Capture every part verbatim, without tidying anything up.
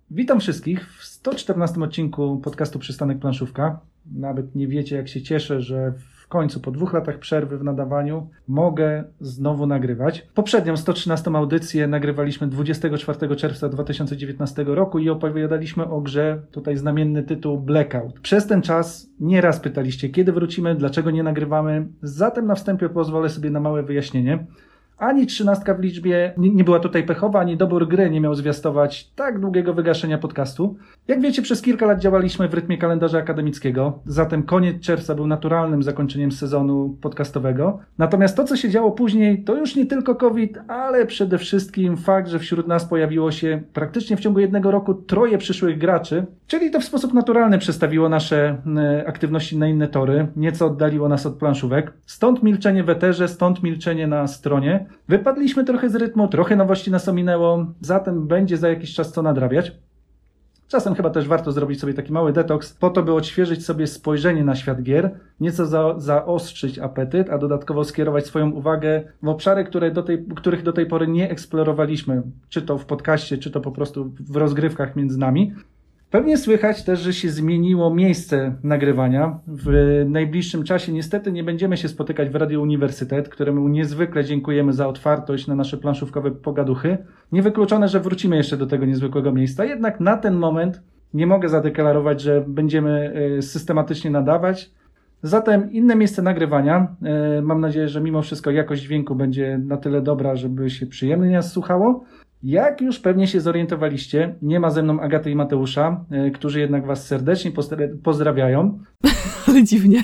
Witam wszystkich w sto czternastym odcinku podcastu Przystanek Planszówka. Nawet nie wiecie, jak się cieszę, że w końcu po dwóch latach przerwy w nadawaniu mogę znowu nagrywać. Poprzednią sto trzynastą audycję nagrywaliśmy dwudziestego czwartego czerwca dwa tysiące dziewiętnastego roku i opowiadaliśmy o grze, tutaj znamienny tytuł Blackout. Przez ten czas nieraz pytaliście, kiedy wrócimy, dlaczego nie nagrywamy. Zatem na wstępie pozwolę sobie na małe wyjaśnienie. Ani trzynastka w liczbie nie, nie była tutaj pechowa, ani dobór gry nie miał zwiastować tak długiego wygaszenia podcastu. Jak wiecie, przez kilka lat działaliśmy w rytmie kalendarza akademickiego, zatem koniec czerwca był naturalnym zakończeniem sezonu podcastowego. Natomiast to, co się działo później, to już nie tylko COVID, ale przede wszystkim fakt, że wśród nas pojawiło się praktycznie w ciągu jednego roku troje przyszłych graczy, czyli to w sposób naturalny przestawiło nasze e, aktywności na inne tory, nieco oddaliło nas od planszówek. Stąd milczenie w eterze, stąd milczenie na stronie. Wypadliśmy trochę z rytmu, trochę nowości nas ominęło, zatem będzie za jakiś czas co nadrabiać. Czasem chyba też warto zrobić sobie taki mały detoks, po to by odświeżyć sobie spojrzenie na świat gier, nieco za, zaostrzyć apetyt, a dodatkowo skierować swoją uwagę w obszary, które do tej, których do tej pory nie eksplorowaliśmy, czy to w podcaście, czy to po prostu w rozgrywkach między nami. Pewnie słychać też, że się zmieniło miejsce nagrywania. W najbliższym czasie niestety nie będziemy się spotykać w Radio Uniwersytet, któremu niezwykle dziękujemy za otwartość na nasze planszówkowe pogaduchy. Niewykluczone, że wrócimy jeszcze do tego niezwykłego miejsca, jednak na ten moment nie mogę zadeklarować, że będziemy systematycznie nadawać. Zatem inne miejsce nagrywania. Mam nadzieję, że mimo wszystko jakość dźwięku będzie na tyle dobra, żeby się przyjemnie nas słuchało. Jak już pewnie się zorientowaliście, nie ma ze mną Agaty i Mateusza, y, którzy jednak was serdecznie pozdrawiają. Ale dziwnie.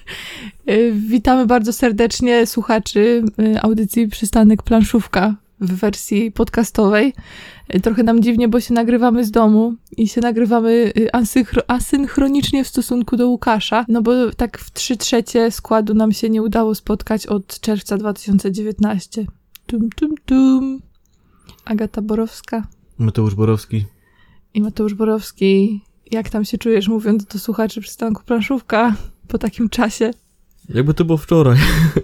Witamy bardzo serdecznie słuchaczy audycji Przystanek Planszówka w wersji podcastowej. Trochę nam dziwnie, bo się nagrywamy z domu i się nagrywamy asynchr- asynchronicznie w stosunku do Łukasza, no bo tak w trzy trzecie składu nam się nie udało spotkać od czerwca dwa tysiące dziewiętnastego. Tum, tum, tum. Agata Borowska. Mateusz Borowski. I Mateusz Borowski. Jak tam się czujesz, mówiąc do słuchaczy Przystanku Planszówka po takim czasie? Jakby to było wczoraj.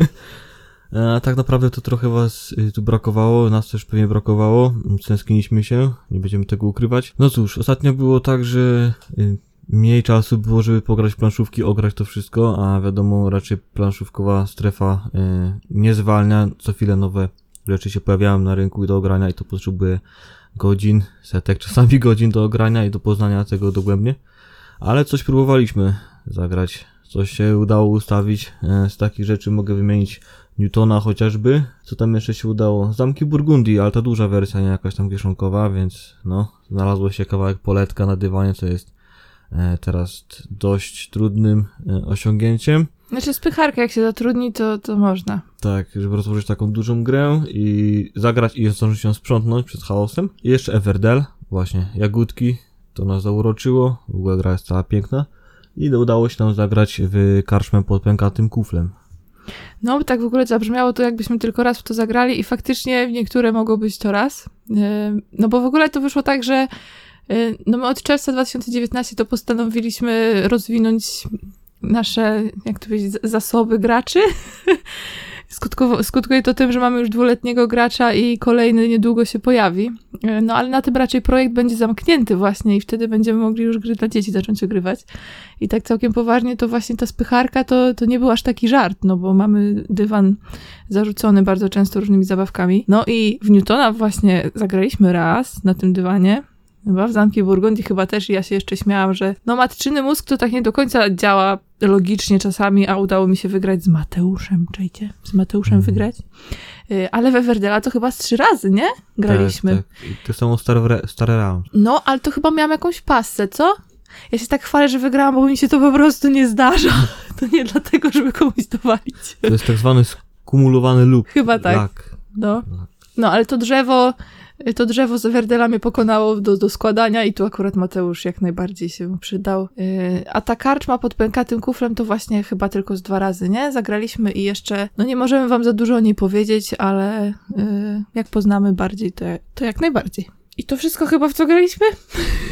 A tak naprawdę to trochę was tu brakowało, nas też pewnie brakowało. Tęskniliśmy się, nie będziemy tego ukrywać. No cóż, ostatnio było tak, że mniej czasu było, żeby pograć w planszówki, ograć to wszystko, a wiadomo, raczej planszówkowa strefa nie zwalnia, co chwilę nowe rzeczy się pojawiają na rynku do ogrania i to potrzebuje godzin, setek, czasami godzin do ogrania i do poznania tego dogłębnie. Ale coś próbowaliśmy zagrać, coś się udało ustawić. Z takich rzeczy mogę wymienić Newtona chociażby. Co tam jeszcze się udało? Zamki Burgundii, ale ta duża wersja, nie jakaś tam kieszonkowa, więc no, znalazło się kawałek poletka na dywanie, co jest teraz dość trudnym osiągnięciem. Znaczy spycharka, jak się zatrudni, to, to można. Tak, żeby rozłożyć taką dużą grę i zagrać i zdążyć ją sprzątnąć przed chaosem. I jeszcze Everdell, właśnie, jagódki, to nas zauroczyło, w ogóle gra jest cała piękna. I udało się nam zagrać w karczmę pod pękatym kuflem. No, tak w ogóle zabrzmiało to, jakbyśmy tylko raz w to zagrali i faktycznie w niektóre mogło być to raz. No bo w ogóle to wyszło tak, że no my od czerwca dwa tysiące dziewiętnastego to postanowiliśmy rozwinąć nasze, jak to powiedzieć, zasoby graczy. Skutkowo, skutkuje to tym, że mamy już dwuletniego gracza i kolejny niedługo się pojawi. No ale na tym raczej projekt będzie zamknięty właśnie i wtedy będziemy mogli już gry dla dzieci zacząć ogrywać. I tak całkiem poważnie to właśnie ta spycharka to, to nie był aż taki żart, no bo mamy dywan zarzucony bardzo często różnymi zabawkami. No i w Newtona właśnie zagraliśmy raz na tym dywanie. Chyba w Zamki Burgundii chyba też i ja się jeszcze śmiałam, że no matczyny mózg to tak nie do końca działa logicznie czasami, a udało mi się wygrać z Mateuszem, czujcie? Z Mateuszem mm. wygrać. Yy, ale we Everdella to chyba z trzy razy, nie? Graliśmy. Tak, tak. I to są stare, stare round. No, ale to chyba miałam jakąś passę, co? Ja się tak chwalę, że wygrałam, bo mi się to po prostu nie zdarza. To nie dlatego, żeby komuś dowalić. To jest tak zwany skumulowany loop. Chyba tak. Lak. No. no, ale to drzewo... To drzewo z Everdella mnie pokonało do, do składania i tu akurat Mateusz jak najbardziej się przydał. Yy, a ta karczma pod pękatym kuflem to właśnie chyba tylko z dwa razy, nie? Zagraliśmy i jeszcze, no nie możemy wam za dużo o niej powiedzieć, ale yy, jak poznamy bardziej, to, to jak najbardziej. I to wszystko chyba w co graliśmy?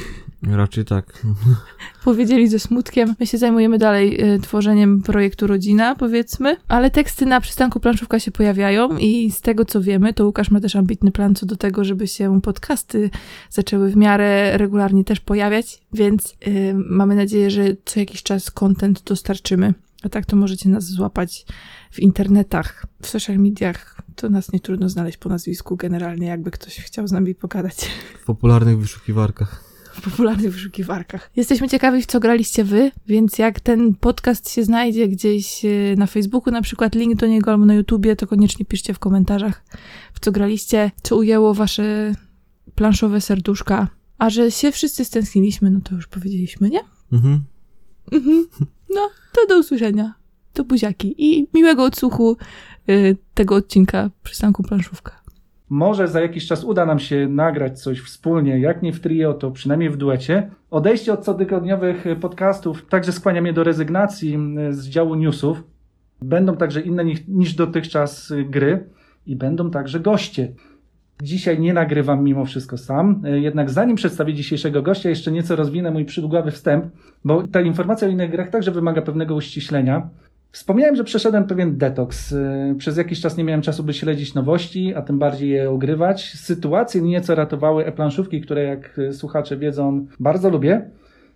Raczej tak. Powiedzieli ze smutkiem. My się zajmujemy dalej y, tworzeniem projektu Rodzina, powiedzmy, ale teksty na przystanku Planszówka się pojawiają i z tego, co wiemy, to Łukasz ma też ambitny plan co do tego, żeby się podcasty zaczęły w miarę regularnie też pojawiać, więc y, mamy nadzieję, że co jakiś czas content dostarczymy. A tak to możecie nas złapać w internetach, w social mediach. To nas nie trudno znaleźć po nazwisku generalnie, jakby ktoś chciał z nami pogadać. W popularnych wyszukiwarkach. W popularnych wyszukiwarkach. Jesteśmy ciekawi, w co graliście wy, więc jak ten podcast się znajdzie gdzieś na Facebooku, na przykład link do niego albo na YouTubie, to koniecznie piszcie w komentarzach, w co graliście, co ujęło wasze planszowe serduszka. A że się wszyscy stęskniliśmy, no to już powiedzieliśmy, nie? Mhm. Mhm. No, to do usłyszenia. To buziaki. I miłego odsłuchu y, tego odcinka Przystanku Planszówka. Może za jakiś czas uda nam się nagrać coś wspólnie, jak nie w trio, to przynajmniej w duecie. Odejście od cotygodniowych podcastów także skłania mnie do rezygnacji z działu newsów. Będą także inne niż dotychczas gry i będą także goście. Dzisiaj nie nagrywam mimo wszystko sam, jednak zanim przedstawię dzisiejszego gościa, jeszcze nieco rozwinę mój przydługawy wstęp, bo ta informacja o innych grach także wymaga pewnego uściślenia. Wspomniałem, że przeszedłem pewien detoks. Przez jakiś czas nie miałem czasu, by śledzić nowości, a tym bardziej je ogrywać. Sytuacje nieco ratowały e-planszówki, które jak słuchacze wiedzą, bardzo lubię.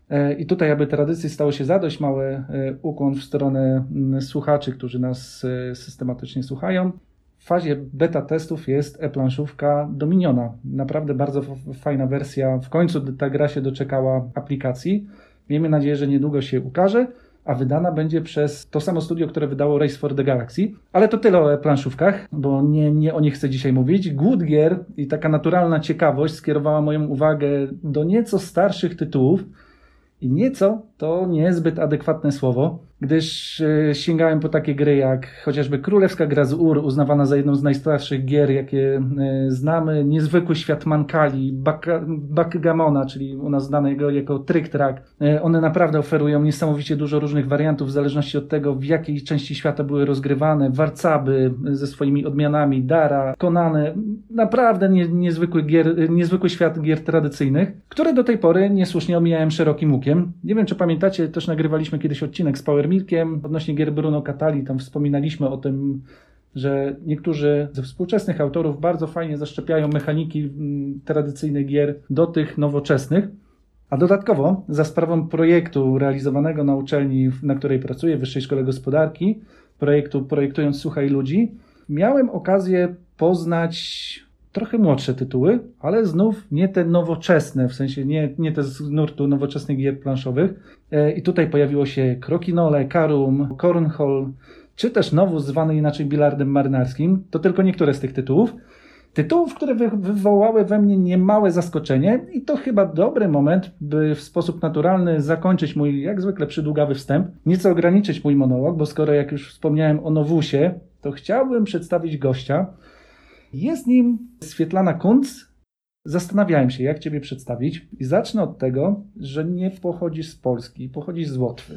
I tutaj, aby tradycji stało się zadość, mały ukłon w stronę słuchaczy, którzy nas systematycznie słuchają. W fazie beta testów jest e-planszówka Dominiona. Naprawdę bardzo fajna wersja. W końcu ta gra się doczekała aplikacji. Miejmy nadzieję, że niedługo się ukaże, a wydana będzie przez to samo studio, które wydało Race for the Galaxy. Ale to tyle o e-planszówkach, bo nie, nie o nich chcę dzisiaj mówić. Głód gier i taka naturalna ciekawość skierowała moją uwagę do nieco starszych tytułów. I nieco to niezbyt adekwatne słowo, gdyż e, sięgałem po takie gry jak chociażby Królewska Gra z Ur, uznawana za jedną z najstarszych gier, jakie e, znamy, Niezwykły Świat Mankali, Baka, Backgamona, czyli u nas znanego jako Trick Track. E, one naprawdę oferują niesamowicie dużo różnych wariantów w zależności od tego, w jakiej części świata były rozgrywane. Warcaby ze swoimi odmianami, Dara, Konany. Naprawdę nie, niezwykły, gier, niezwykły świat gier tradycyjnych, które do tej pory niesłusznie omijałem szerokim łukiem. Nie wiem, czy pamiętacie, też nagrywaliśmy kiedyś odcinek z Power Milkiem odnośnie gier Bruno Catali. Tam wspominaliśmy o tym, że niektórzy ze współczesnych autorów bardzo fajnie zaszczepiają mechaniki tradycyjnych gier do tych nowoczesnych. A dodatkowo za sprawą projektu realizowanego na uczelni, na której pracuję, Wyższej Szkole Gospodarki, projektu Projektując Słuchaj Ludzi, miałem okazję poznać trochę młodsze tytuły, ale znów nie te nowoczesne, w sensie nie, nie te z nurtu nowoczesnych gier planszowych. I tutaj pojawiło się Krokinole, Karum, Cornhole, czy też Nowus zwany inaczej bilardem marynarskim. To tylko niektóre z tych tytułów. Tytułów, które wy- wywołały we mnie niemałe zaskoczenie i to chyba dobry moment, by w sposób naturalny zakończyć mój, jak zwykle, przydługawy wstęp, nieco ograniczyć mój monolog, bo skoro jak już wspomniałem o Nowusie, to chciałbym przedstawić gościa. Jest nim Swietlana Kunc. Zastanawiałem się, jak ciebie przedstawić i zacznę od tego, że nie pochodzisz z Polski, pochodzisz z Łotwy.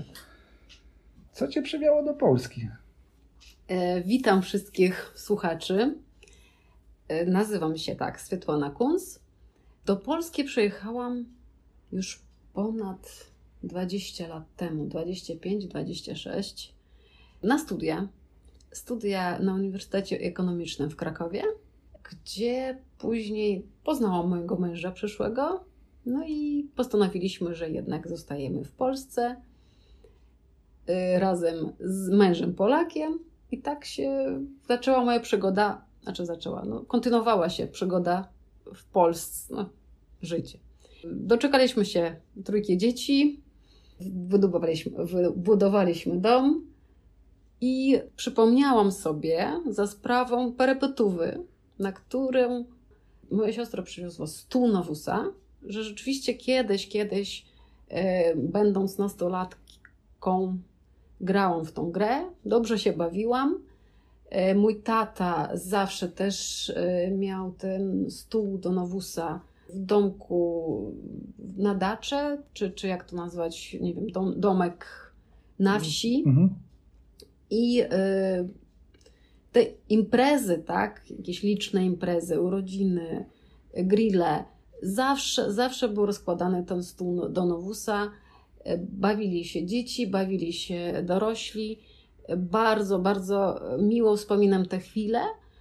Co cię przywiało do Polski? E, witam wszystkich słuchaczy. E, nazywam się tak, Swietlana Kunc. Do Polski przyjechałam już ponad dwadzieścia lat temu, dwadzieścia pięć dwadzieścia sześć, na studia. Studia na Uniwersytecie Ekonomicznym w Krakowie, gdzie później poznałam mojego męża przyszłego, no i postanowiliśmy, że jednak zostajemy w Polsce yy, razem z mężem Polakiem i tak się zaczęła moja przygoda, znaczy zaczęła, no kontynuowała się przygoda w Polsce, no, życie. Doczekaliśmy się trójki dzieci, wybudowaliśmy, wybudowaliśmy dom. I przypomniałam sobie za sprawą perepetówy, na którą moja siostra przywiozła stół Nowusa, że rzeczywiście kiedyś, kiedyś e, będąc nastolatką grałam w tą grę, dobrze się bawiłam. E, mój tata zawsze też e, miał ten stół do Nowusa w domku na dacze, czy, czy jak to nazwać, nie wiem, dom, domek na wsi. Mhm. I y, te imprezy, tak, jakieś liczne imprezy, urodziny, grille, Zawsze, zawsze był rozkładany ten stół do nowusa. Bawili się dzieci, bawili się dorośli. Bardzo, bardzo miło wspominam te chwile.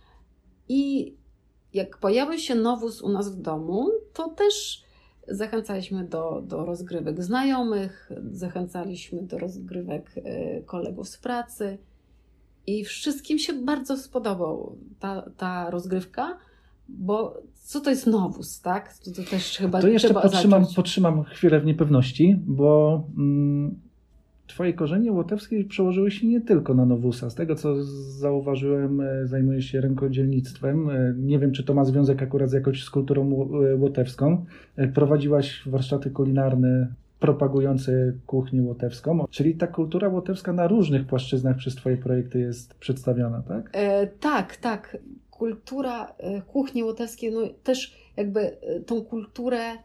I jak pojawił się nowus u nas w domu, to też zachęcaliśmy do, do rozgrywek znajomych, zachęcaliśmy do rozgrywek kolegów z pracy i wszystkim się bardzo spodobała ta, ta rozgrywka, bo co to jest nowus, tak? To, to też chyba to jeszcze trzeba podtrzymam, zacząć. podtrzymam chwilę w niepewności, bo mm, twoje korzenie łotewskie przełożyły się nie tylko na nowusa. Z tego, co zauważyłem, zajmujesz się rękodzielnictwem. Nie wiem, czy to ma związek akurat z jakąś z kulturą łotewską. Prowadziłaś warsztaty kulinarne propagujące kuchnię łotewską, czyli ta kultura łotewska na różnych płaszczyznach przez twoje projekty jest przedstawiona, tak? E, tak, tak. Kultura e, kuchni łotewskiej, no też jakby e, tą kulturę e,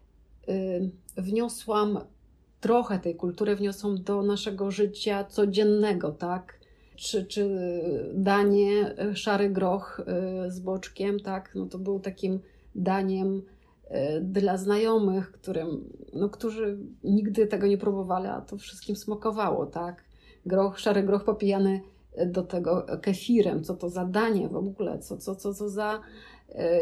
wniosłam, trochę tej kultury wniosłam do naszego życia codziennego, tak? Czy, czy danie e, szary groch e, z boczkiem, tak? No to był takim daniem e, dla znajomych, którym, no, którzy nigdy tego nie próbowali, a to wszystkim smakowało, tak? Groch, szary groch popijany do tego kefirem, co to za danie w ogóle, co, co, co, co za e,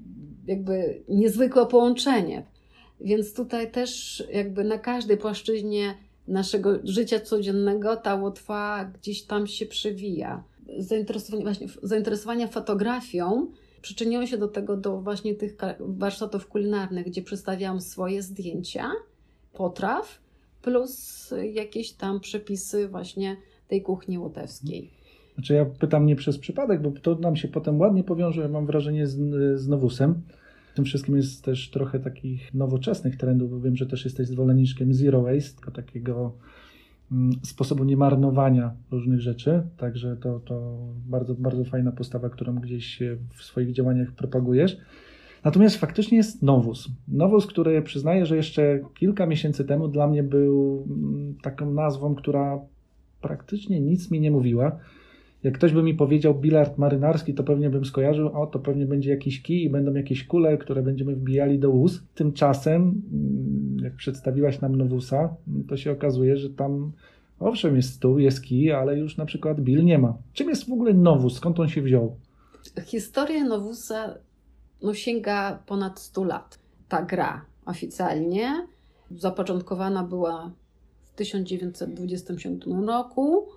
jakby niezwykłe połączenie. Więc tutaj też jakby na każdej płaszczyźnie naszego życia codziennego ta Łotwa gdzieś tam się przewija. Zainteresowanie, właśnie, zainteresowanie fotografią przyczyniło się do tego, do właśnie tych warsztatów kulinarnych, gdzie przedstawiałam swoje zdjęcia potraw, plus jakieś tam przepisy właśnie tej kuchni łotewskiej. Znaczy ja pytam nie przez przypadek, bo to nam się potem ładnie powiąże, mam wrażenie, z, z nowusem. W tym wszystkim jest też trochę takich nowoczesnych trendów, bo wiem, że też jesteś zwolenniczkiem zero waste, takiego mm, sposobu niemarnowania różnych rzeczy, także to, to bardzo, bardzo fajna postawa, którą gdzieś w swoich działaniach propagujesz. Natomiast faktycznie jest nowus. Nowus, który przyznaję, że jeszcze kilka miesięcy temu dla mnie był taką nazwą, która praktycznie nic mi nie mówiła. Jak ktoś by mi powiedział bilard marynarski, to pewnie bym skojarzył, o to pewnie będzie jakiś kij i będą jakieś kule, które będziemy wbijali do łóz. Tymczasem, jak przedstawiłaś nam nowusa, to się okazuje, że tam owszem jest stół, jest kij, ale już na przykład bil nie ma. Czym jest w ogóle nowus? Skąd on się wziął? Historia nowusa no, sięga ponad stu lat. Ta gra oficjalnie zapoczątkowana była w tysiąc dziewięćset dwudziestym siódmym roku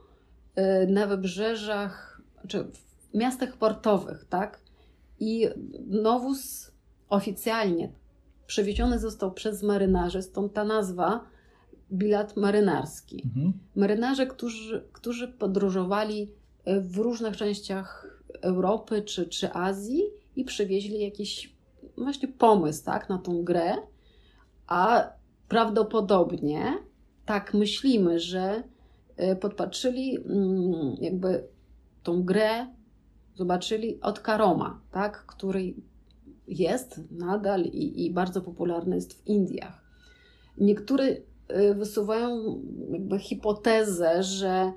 na wybrzeżach, czy w miastach portowych, tak? I nowus oficjalnie przewieziony został przez marynarzy, stąd ta nazwa bilard marynarski. Mhm. Marynarze, którzy, którzy podróżowali w różnych częściach Europy czy, czy Azji i przywieźli jakiś właśnie pomysł, tak, na tą grę, a prawdopodobnie tak myślimy, że podpatrzyli jakby tą grę, zobaczyli od Caroma, tak, który jest nadal i, i bardzo popularny jest w Indiach. Niektórzy wysuwają jakby hipotezę, że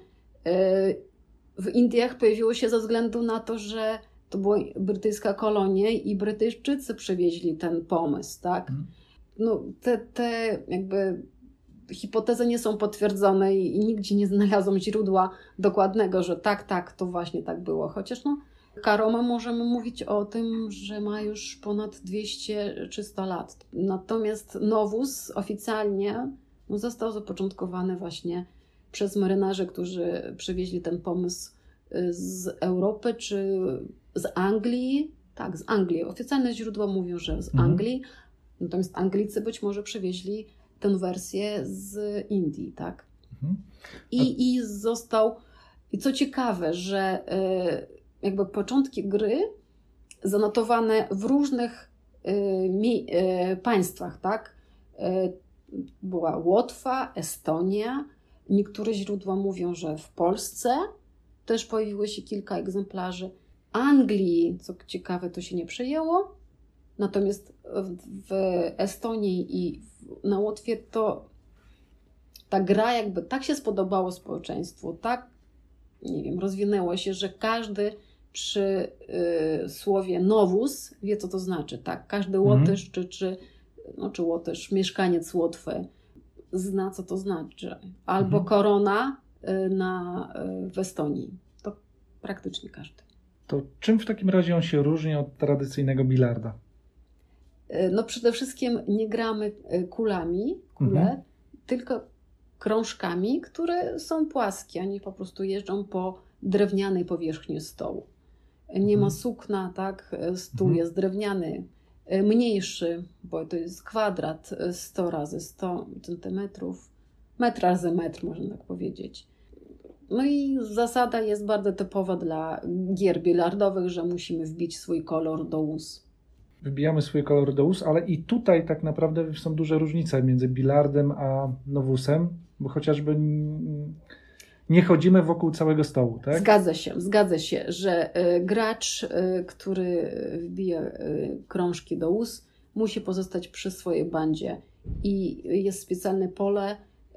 w Indiach pojawiło się ze względu na to, że to była brytyjska kolonia i Brytyjczycy przywieźli ten pomysł, tak. No, te, te jakby hipotezy nie są potwierdzone i, i nigdzie nie znalazłam źródła dokładnego, że tak, tak, to właśnie tak było. Chociaż no, Caroma możemy mówić o tym, że ma już ponad dwieście trzysta lat. Natomiast nowus oficjalnie no, został zapoczątkowany właśnie przez marynarzy, którzy przywieźli ten pomysł z Europy czy z Anglii. Tak, z Anglii. Oficjalne źródła mówią, że z mhm. Anglii. Natomiast Anglicy być może przywieźli tę wersję z Indii, tak? Mhm. I, I został, i co ciekawe, że y, jakby początki gry zanotowane w różnych y, mi, y, państwach, tak? Y, była Łotwa, Estonia, niektóre źródła mówią, że w Polsce też pojawiło się kilka egzemplarzy. Anglii, co ciekawe, to się nie przejęło, natomiast w, w Estonii i na Łotwie to ta gra jakby tak się spodobało społeczeństwu, tak, nie wiem, rozwinęło się, że każdy przy y, słowie nowus wie, co to znaczy, tak? Każdy Mhm. Łotysz czy, czy, no, czy Łotysz, mieszkaniec Łotwy zna, co to znaczy. Albo Mhm. korona y, na, y, w Estonii. To praktycznie każdy. To czym w takim razie on się różni od tradycyjnego bilarda? Y, no przede wszystkim nie gramy y, kulami, kule, Mhm. tylko krążkami, które są płaskie. Oni po prostu jeżdżą po drewnianej powierzchni stołu. Nie ma Mhm. sukna, tak? Stół Mhm. jest drewniany, mniejszy, bo to jest kwadrat sto razy sto centymetrów, metr razy metr, można tak powiedzieć. No i zasada jest bardzo typowa dla gier bilardowych, że musimy wbić swój kolor do łez. Wybijamy swój kolor do ust, ale i tutaj tak naprawdę są duże różnice między bilardem a nowusem, bo chociażby n- nie chodzimy wokół całego stołu, tak? Zgadza się, zgadza się, że y, gracz, y, który wbija y, krążki do ust, musi pozostać przy swojej bandzie i jest specjalne pole,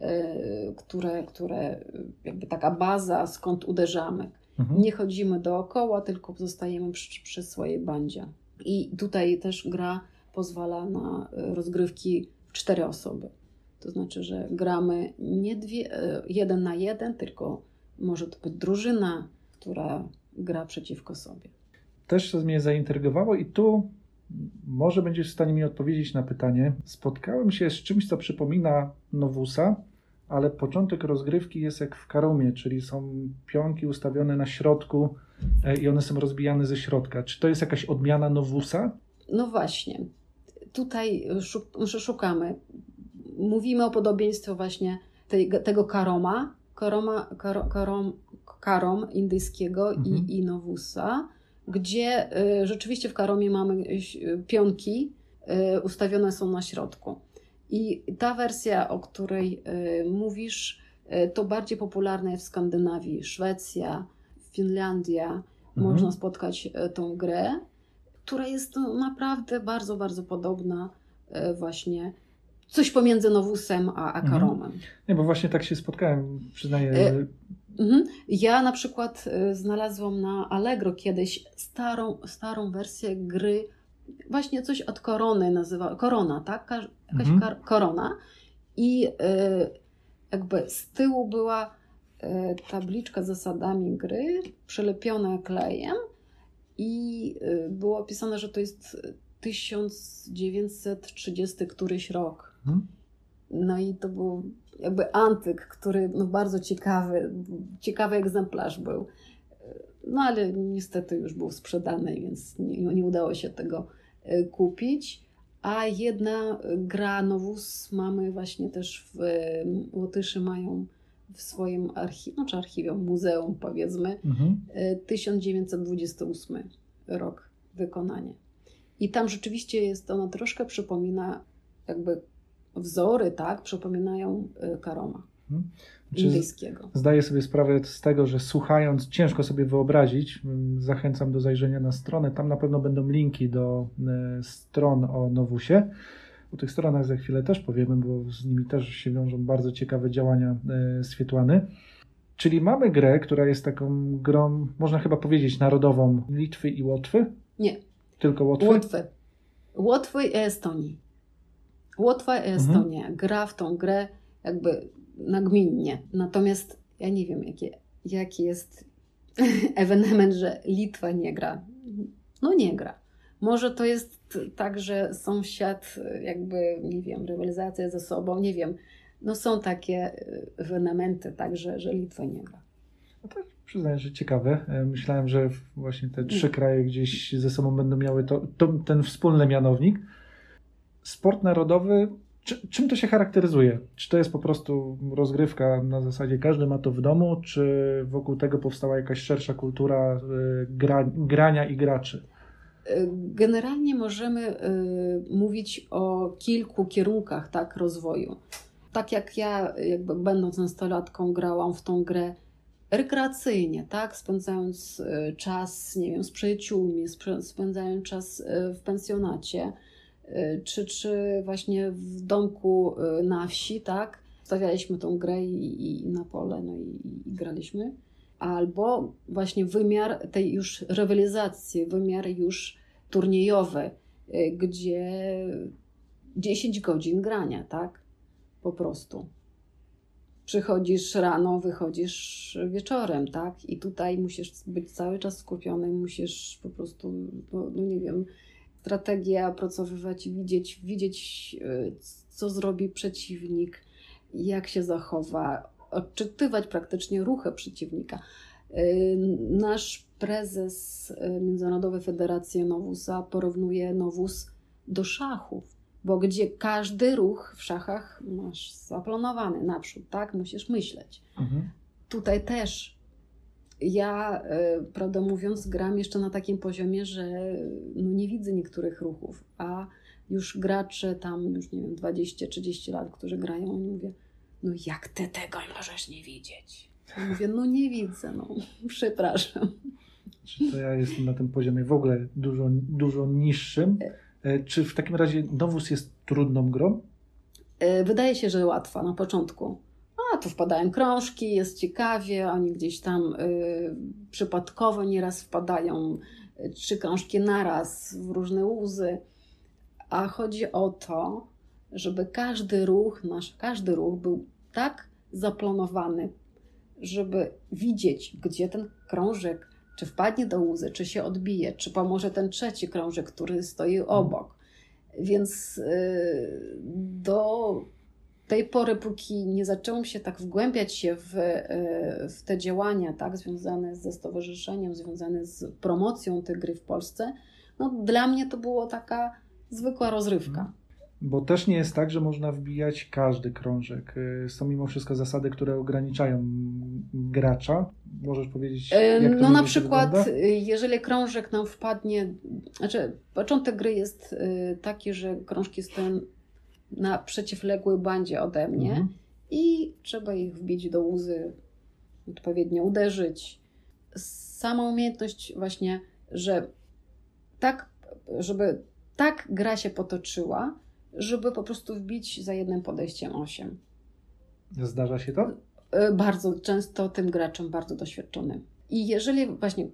y, które, które jakby taka baza, skąd uderzamy. Mhm. Nie chodzimy dookoła, tylko pozostajemy przy, przy swojej bandzie. I tutaj też gra pozwala na y, rozgrywki w cztery osoby. To znaczy, że gramy nie dwie, y, jeden na jeden, tylko może to być drużyna, która gra przeciwko sobie. Też to mnie zaintrygowało i tu może będziesz w stanie mi odpowiedzieć na pytanie. Spotkałem się z czymś, co przypomina nowusa, ale początek rozgrywki jest jak w karumie, czyli są pionki ustawione na środku e, i one są rozbijane ze środka. Czy to jest jakaś odmiana nowusa? No właśnie, tutaj szuk- szukamy. Mówimy o podobieństwie właśnie tej, tego karoma, karoma karo, karom, karom indyjskiego Mhm. i, i nowusa, gdzie y, rzeczywiście w karomie mamy y, pionki y, ustawione są na środku. I ta wersja, o której y, mówisz, y, to bardziej popularna jest w Skandynawii, Szwecja, Finlandia. Mhm. Można spotkać y, tą grę, która jest no, naprawdę bardzo, bardzo podobna y, właśnie, coś pomiędzy nowusem a, a karomem. Nie, bo właśnie tak się spotkałem, przyznaję. E, Mhm. Ja na przykład y, znalazłam na Allegro kiedyś starą, starą wersję gry, właśnie coś od Korony nazywa, Korona, tak? Ka- Jakaś Mhm. kar- Korona. I y, jakby z tyłu była y, tabliczka z zasadami gry, przylepiona klejem i y, było opisane, że to jest tysiąc dziewięćset trzydziesty któryś rok. Mhm. No i to był jakby antyk, który no bardzo ciekawy, ciekawy egzemplarz był. No ale niestety już był sprzedany, więc nie, nie udało się tego y, kupić. A jedna gra nowus mamy właśnie też w y, Łotyszy mają w swoim archiwum, no czy archiwum, muzeum powiedzmy, Mhm. y, tysiąc dziewięćset dwudziesty ósmy rok wykonanie. I tam rzeczywiście jest, ona troszkę przypomina jakby wzory, tak, przypominają y, karoma Mhm. Czy indyjskiego. zdaję sobie sprawę z tego, że słuchając, ciężko sobie wyobrazić, mm, zachęcam do zajrzenia na stronę, tam na pewno będą linki do e, stron o nowusie. O tych stronach za chwilę też powiemy, bo z nimi też się wiążą bardzo ciekawe działania e, Swietłany. Czyli mamy grę, która jest taką grą, można chyba powiedzieć, narodową Litwy i Łotwy? Nie, Tylko Łotwy? Łotwy. Łotwy i Estonii. Łotwa i Estonia gra w tą grę jakby nagminnie. Natomiast ja nie wiem, jaki, jaki jest ewenement, że Litwa nie gra. No nie gra. Może to jest tak, że sąsiad jakby, nie wiem, rywalizacja ze sobą, nie wiem. No są takie ewenementy, tak, że, że Litwa nie gra. No to przyznaję, że ciekawe. E, Myślałem, że właśnie te trzy kraje gdzieś ze sobą będą miały to, to, ten wspólny mianownik. Sport narodowy, czy, czym to się charakteryzuje? Czy to jest po prostu rozgrywka na zasadzie każdy ma to w domu, czy wokół tego powstała jakaś szersza kultura y, gra, grania i graczy? Generalnie możemy y, mówić o kilku kierunkach, tak, rozwoju. Tak jak ja, jakby będąc nastolatką, grałam w tą grę rekreacyjnie, tak, spędzając y, czas, nie wiem, z przyjaciółmi, sp- spędzając czas y, w pensjonacie, y, czy, czy właśnie w domku y, na wsi, tak, stawialiśmy tą grę i, i na pole, no i, i graliśmy. albo właśnie wymiar tej już rywalizacji, wymiar już turniejowy, gdzie dziesięć godzin grania, tak? Po prostu. Przychodzisz rano, wychodzisz wieczorem, tak? I tutaj musisz być cały czas skupiony, musisz po prostu, no, no nie wiem, strategię opracowywać, widzieć, widzieć, co zrobi przeciwnik, jak się zachowa, odczytywać praktycznie ruchy przeciwnika. Nasz prezes Międzynarodowej Federacji Nowusa porównuje Nowus do szachów, bo gdzie każdy ruch w szachach masz zaplanowany naprzód, tak? Musisz myśleć. Mhm. Tutaj też ja, prawdę mówiąc, gram jeszcze na takim poziomie, że no nie widzę niektórych ruchów, a już gracze tam, już nie wiem, dwadzieścia trzydzieści lat, którzy grają, oni mówią, no jak ty tego możesz nie widzieć? Ja mówię, no nie widzę, no przepraszam. To ja jestem na tym poziomie w ogóle dużo, dużo niższym. Czy w takim razie Nowus jest trudną grą? Wydaje się, że łatwa na początku. A tu wpadają krążki, jest ciekawie, oni gdzieś tam y, przypadkowo nieraz wpadają y, trzy krążki naraz w różne łzy. A chodzi o to, żeby każdy ruch, nasz każdy ruch był tak zaplanowany, żeby widzieć, gdzie ten krążek, czy wpadnie do łzy, czy się odbije, czy pomoże ten trzeci krążek, który stoi obok. Więc y, do tej pory, póki nie zaczęłam się tak wgłębiać się w, y, w te działania, tak, związane ze stowarzyszeniem, związane z promocją tej gry w Polsce, no dla mnie to była taka zwykła rozrywka. Bo też nie jest tak, że można wbijać każdy krążek. Są mimo wszystko zasady, które ograniczają gracza. Możesz powiedzieć, jak to No na się przykład, wygląda? jeżeli krążek nam wpadnie, znaczy początek gry jest taki, że krążki stoją na przeciwległej bandzie ode mnie Mhm. i trzeba ich wbić do łzy, odpowiednio uderzyć. Sama umiejętność właśnie, że tak, żeby tak gra się potoczyła, żeby po prostu wbić za jednym podejściem osiem. Zdarza się to? Bardzo często tym graczem bardzo doświadczonym. I jeżeli właśnie,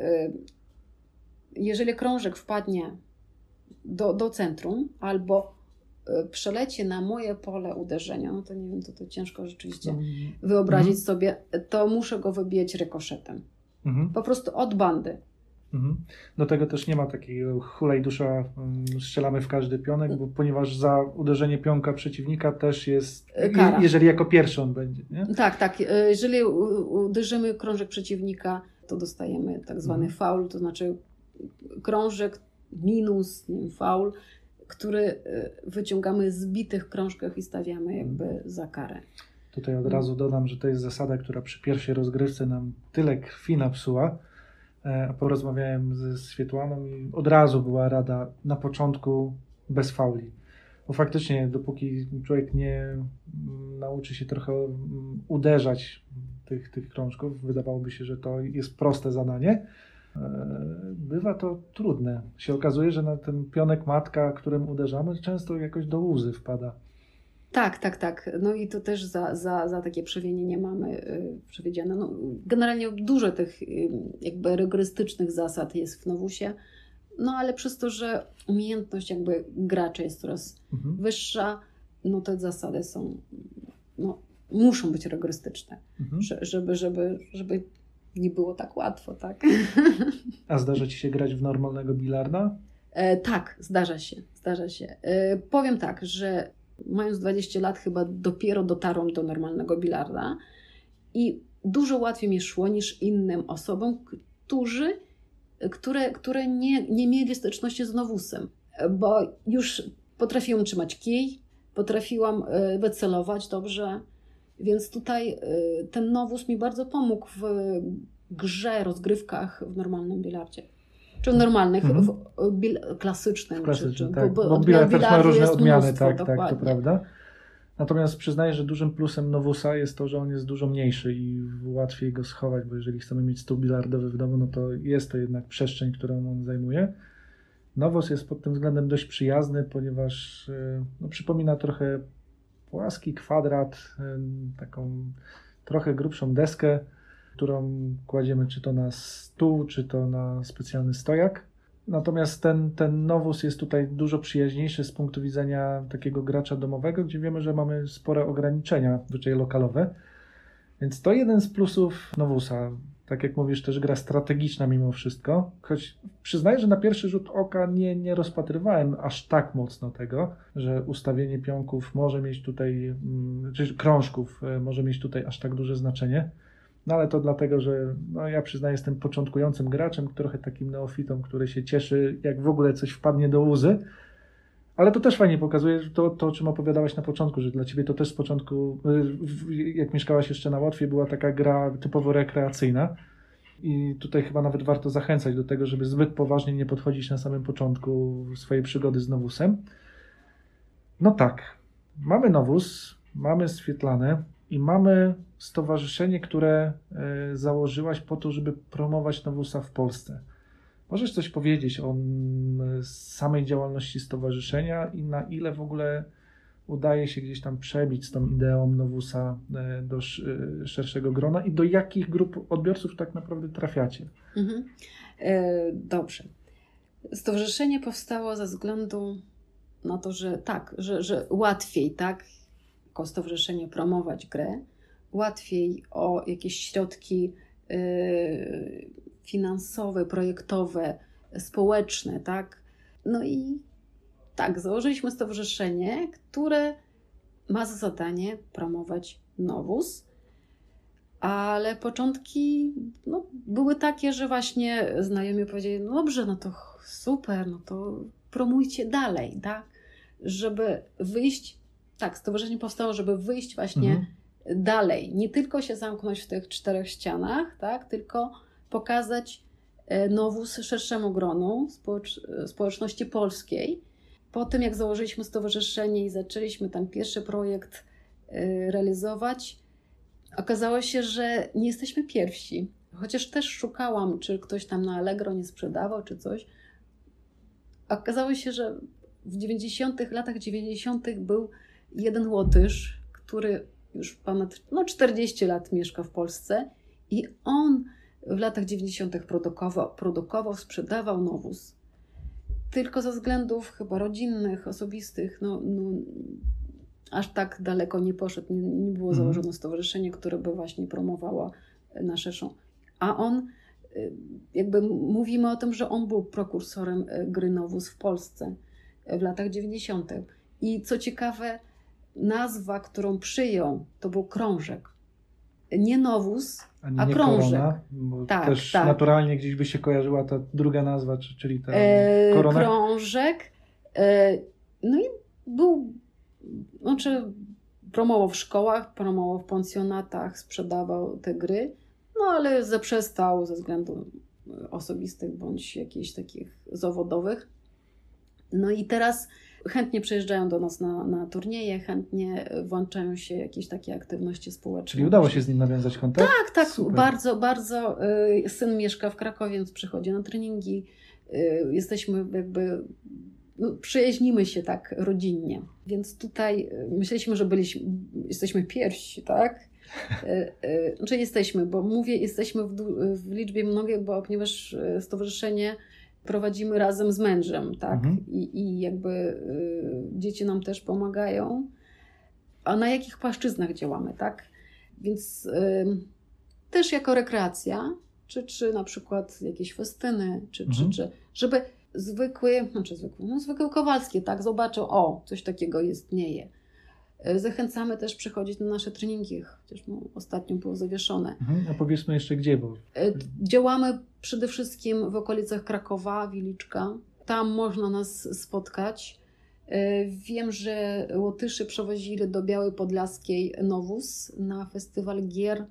jeżeli krążek wpadnie do, do centrum albo przeleci na moje pole uderzenia, no to nie wiem, to, to ciężko rzeczywiście Mhm. wyobrazić Mhm. sobie, to muszę go wybijać rykoszetem. Mhm. Po prostu od bandy. Mhm. Do tego też nie ma takiego hulaj dusza, um, strzelamy w każdy pionek, bo ponieważ za uderzenie pionka przeciwnika też jest, Kara. je, jeżeli jako pierwszy on będzie, nie? Tak, tak. Jeżeli u- uderzymy krążek przeciwnika, to dostajemy tak zwany Mhm. faul, to znaczy krążek minus, nie wiem, faul, który y, wyciągamy z bitych krążkach i stawiamy jakby za karę. Tutaj od razu dodam, że to jest zasada, która przy pierwszej rozgrywce nam tyle krwi napsuła. E, Porozmawiałem ze Swietłaną i od razu była rada na początku bez fauli. Bo faktycznie dopóki człowiek nie mm, nauczy się trochę mm, uderzać tych, tych krążków, wydawałoby się, że to jest proste zadanie, e, bywa to trudne. Się okazuje, że na ten pionek matka, którym uderzamy, często jakoś do łzy wpada. Tak, tak, tak. No i to też za, za, za takie przewinienie mamy y, przewidziane. No, generalnie dużo tych y, jakby rygorystycznych zasad jest w Nowusie, no ale przez to, że umiejętność jakby gracza jest coraz Mhm. wyższa, no te zasady są, no muszą być rygorystyczne, Mhm. że- żeby, żeby, żeby nie było tak łatwo, tak? A zdarza Ci się grać w normalnego bilarda? E, tak, zdarza się, zdarza się. E, powiem tak, że mając dwadzieścia lat chyba dopiero dotarłam do normalnego bilarda i dużo łatwiej mi szło niż innym osobom, którzy, które, które nie, nie mieli styczności z Nowusem, bo już potrafiłam trzymać kij, potrafiłam e, wycelować dobrze, więc tutaj e, ten Nowus mi bardzo pomógł w grze, rozgrywkach w normalnym bilardzie. Czy w normalnych, Mhm. w bil- klasycznym. Klasyczny, czy, czy, tak. bo, Bo od bilet też ma bilardu różne jest odmiany, mnóstwo, tak, tak, to dokładnie. prawda. Natomiast przyznaję, że dużym plusem Nowusa jest to, że on jest dużo mniejszy i łatwiej go schować, bo jeżeli chcemy mieć stół bilardowy w domu, no to jest to jednak przestrzeń, którą on zajmuje. Nowus jest pod tym względem dość przyjazny, ponieważ y, no, przypomina trochę płaski kwadrat, y, taką trochę grubszą deskę. którą kładziemy czy to na stół, czy to na specjalny stojak. Natomiast ten, ten Novus jest tutaj dużo przyjaźniejszy z punktu widzenia takiego gracza domowego, gdzie wiemy, że mamy spore ograniczenia, zwyczaj lokalowe. Więc to jeden z plusów Novusa. Tak jak mówisz, też gra strategiczna mimo wszystko. Choć przyznaję, że na pierwszy rzut oka nie, nie rozpatrywałem aż tak mocno tego, że ustawienie pionków może mieć tutaj, czy krążków może mieć tutaj aż tak duże znaczenie. No ale to dlatego, że no, ja przyznaję, jestem początkującym graczem, trochę takim neofitą, który się cieszy, jak w ogóle coś wpadnie do łzy. Ale to też fajnie pokazuje to, to, o czym opowiadałaś na początku, że dla ciebie to też z początku, jak mieszkałaś jeszcze na Łotwie, była taka gra typowo rekreacyjna. I tutaj chyba nawet warto zachęcać do tego, żeby zbyt poważnie nie podchodzić na samym początku swojej przygody z Novusem. No tak, mamy Novus, mamy Swietlanę i mamy stowarzyszenie, które y, założyłaś po to, żeby promować Novusa w Polsce. Możesz coś powiedzieć o y, samej działalności stowarzyszenia i na ile w ogóle udaje się gdzieś tam przebić z tą ideą Novusa y, do y, szerszego grona i do jakich grup odbiorców tak naprawdę trafiacie? Mhm. E, dobrze. Stowarzyszenie powstało ze względu na to, że tak, że, że łatwiej, tak, jako stowarzyszenie promować grę, łatwiej o jakieś środki y, finansowe, projektowe, społeczne, tak. No i tak, założyliśmy stowarzyszenie, które ma za zadanie promować Novus, ale początki no, były takie, że właśnie znajomi powiedzieli, no dobrze, no to super, no to promujcie dalej, tak, żeby wyjść, tak, stowarzyszenie powstało, żeby wyjść właśnie mhm. dalej, nie tylko się zamknąć w tych czterech ścianach, tak, tylko pokazać Novus szerszemu gronu społecz- społeczności polskiej. Po tym, jak założyliśmy stowarzyszenie i zaczęliśmy ten pierwszy projekt y, realizować, okazało się, że nie jesteśmy pierwsi. Chociaż też szukałam, czy ktoś tam na Allegro nie sprzedawał, czy coś. Okazało się, że w dziewięćdziesiątych latach dziewięćdziesiątych był jeden Łotysz, który już ponad no, czterdzieści lat mieszka w Polsce i on w latach dziewięćdziesiątych produkował, produkował, sprzedawał Novus. Tylko ze względów chyba rodzinnych, osobistych, no, no, aż tak daleko nie poszedł, nie, nie było założone stowarzyszenie, które by właśnie promowało na szerszą. A on, jakby mówimy o tym, że on był prekursorem gry Novus w Polsce w latach dziewięćdziesiątych. I co ciekawe, nazwa, którą przyjął, to był krążek. Nie Novus, a, nie a krążek. Korona, bo tak, też tak. naturalnie gdzieś by się kojarzyła ta druga nazwa, czyli ta e, korona. Krążek. E, no i był, znaczy promował w szkołach, promował w pensjonatach, sprzedawał te gry, no ale zaprzestał ze względów osobistych bądź jakichś takich zawodowych. No i teraz chętnie przyjeżdżają do nas na, na turnieje, chętnie włączają się jakieś takie aktywności społeczne. Czyli udało się z nim nawiązać kontakt? Tak, tak, Super. bardzo, bardzo. Y, syn mieszka w Krakowie, więc przychodzi na treningi. Y, jesteśmy jakby, no, przyjaźnimy się tak rodzinnie. Więc tutaj y, myśleliśmy, że byliśmy, jesteśmy pierwsi, tak? Y, y, znaczy jesteśmy, bo mówię jesteśmy w, w liczbie mnogiej, bo ponieważ stowarzyszenie prowadzimy razem z mężem, tak? Mhm. I, I jakby y, dzieci nam też pomagają. A na jakich płaszczyznach działamy, tak? Więc y, też jako rekreacja, czy, czy na przykład jakieś festyny, czy, mhm. czy, czy żeby zwykły, znaczy zwykły, no zwykły Kowalski, tak? Zobaczył, o, coś takiego istnieje. Zachęcamy też przychodzić na nasze treningi, chociaż no, ostatnio było zawieszone. Mhm. A powiedzmy jeszcze gdzie, bo... Działamy przede wszystkim w okolicach Krakowa, Wiliczka. Tam można nas spotkać. Wiem, że Łotyszy przewozili do Białej Podlaskiej Novus na festiwal gier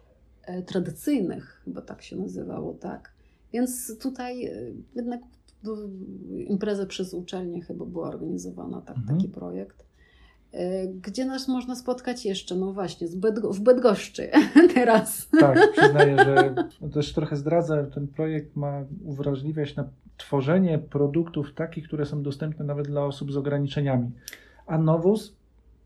tradycyjnych, chyba tak się nazywało, tak. Więc tutaj jednak impreza przez uczelnię chyba była organizowana, tak, mhm. taki projekt. Gdzie nas można spotkać jeszcze? No właśnie, w Bydgoszczy teraz. Tak, przyznaję, że też trochę zdradzę, ten projekt ma uwrażliwiać na tworzenie produktów takich, które są dostępne nawet dla osób z ograniczeniami. A Novus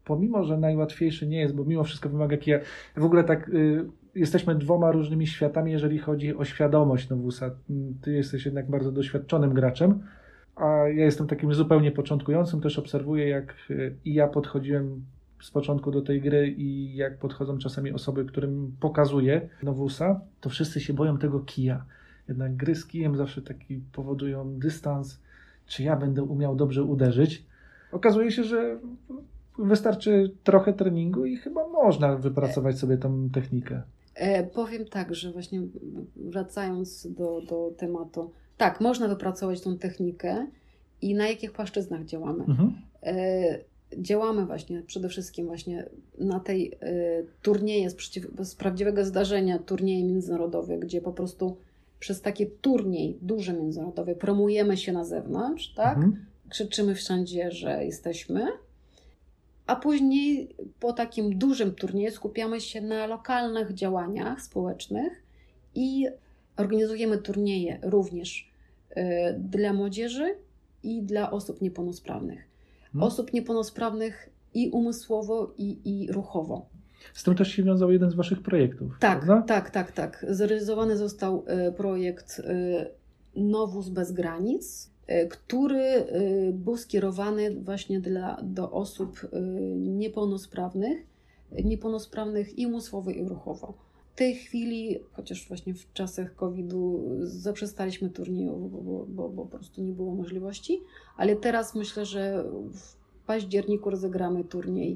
pomimo, że najłatwiejszy nie jest, bo mimo wszystko wymaga kija, w ogóle tak y, jesteśmy dwoma różnymi światami, jeżeli chodzi o świadomość nowusa. Ty jesteś jednak bardzo doświadczonym graczem, a ja jestem takim zupełnie początkującym, też obserwuję, jak y, i ja podchodziłem z początku do tej gry i jak podchodzą czasami osoby, którym pokazuję nowusa, to wszyscy się boją tego kija. Jednak gry z kijem zawsze taki powodują dystans, czy ja będę umiał dobrze uderzyć. Okazuje się, że wystarczy trochę treningu i chyba można wypracować sobie tą technikę. E, powiem tak, że właśnie wracając do, do tematu, tak, można wypracować tą technikę i na jakich płaszczyznach działamy. Mhm. E, działamy właśnie przede wszystkim właśnie na tej e, turnieje z, przeciw, z prawdziwego zdarzenia, turnieje międzynarodowe, gdzie po prostu przez taki turniej duży międzynarodowy promujemy się na zewnątrz, tak? Mhm. Krzyczymy wszędzie, że jesteśmy, a później po takim dużym turnieju skupiamy się na lokalnych działaniach społecznych i organizujemy turnieje również y, dla młodzieży i dla osób niepełnosprawnych. Hmm. Osób niepełnosprawnych i umysłowo, i, i ruchowo. Z tym też się wiązał jeden z waszych projektów, Tak, prawda? tak, tak, tak. Zrealizowany został y, projekt y, Nowus bez granic, y, który y, był skierowany właśnie dla, do osób y, niepełnosprawnych, niepełnosprawnych i umysłowo, i ruchowo. W tej chwili, chociaż właśnie w czasach kowida zaprzestaliśmy turniejów, bo, bo, bo, bo po prostu nie było możliwości, ale teraz myślę, że w październiku rozegramy turniej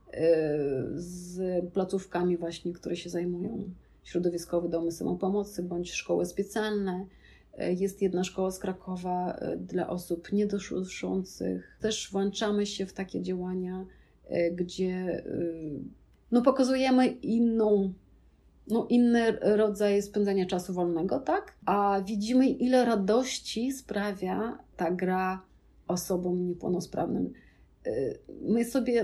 z placówkami właśnie, które się zajmują środowiskowe domy samopomocy bądź szkoły specjalne. Jest jedna szkoła z Krakowa dla osób niedosłyszących. Też włączamy się w takie działania, gdzie no, pokazujemy inną, no, inny rodzaj spędzania czasu wolnego, tak? A widzimy, ile radości sprawia ta gra osobom niepełnosprawnym. My sobie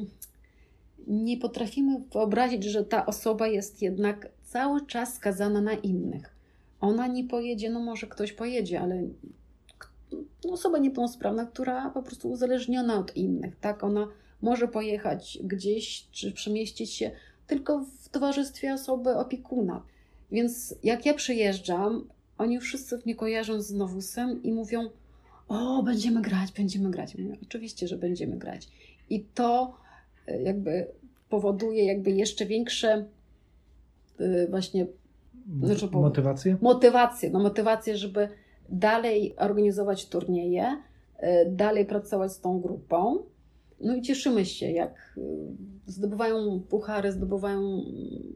nie potrafimy wyobrazić, że ta osoba jest jednak cały czas skazana na innych. Ona nie pojedzie, no może ktoś pojedzie, ale no, osoba niepełnosprawna, która po prostu uzależniona od innych, tak? Ona może pojechać gdzieś, czy przemieścić się tylko w towarzystwie osoby opiekuna. Więc jak ja przyjeżdżam, oni wszyscy mnie kojarzą z Nowusem i mówią: o, będziemy grać, będziemy grać. Mówię, oczywiście, że będziemy grać. I to jakby powoduje jakby jeszcze większe właśnie znaczy, motywację? Motywację, no motywację, żeby dalej organizować turnieje, dalej pracować z tą grupą. No i cieszymy się, jak zdobywają puchary, zdobywają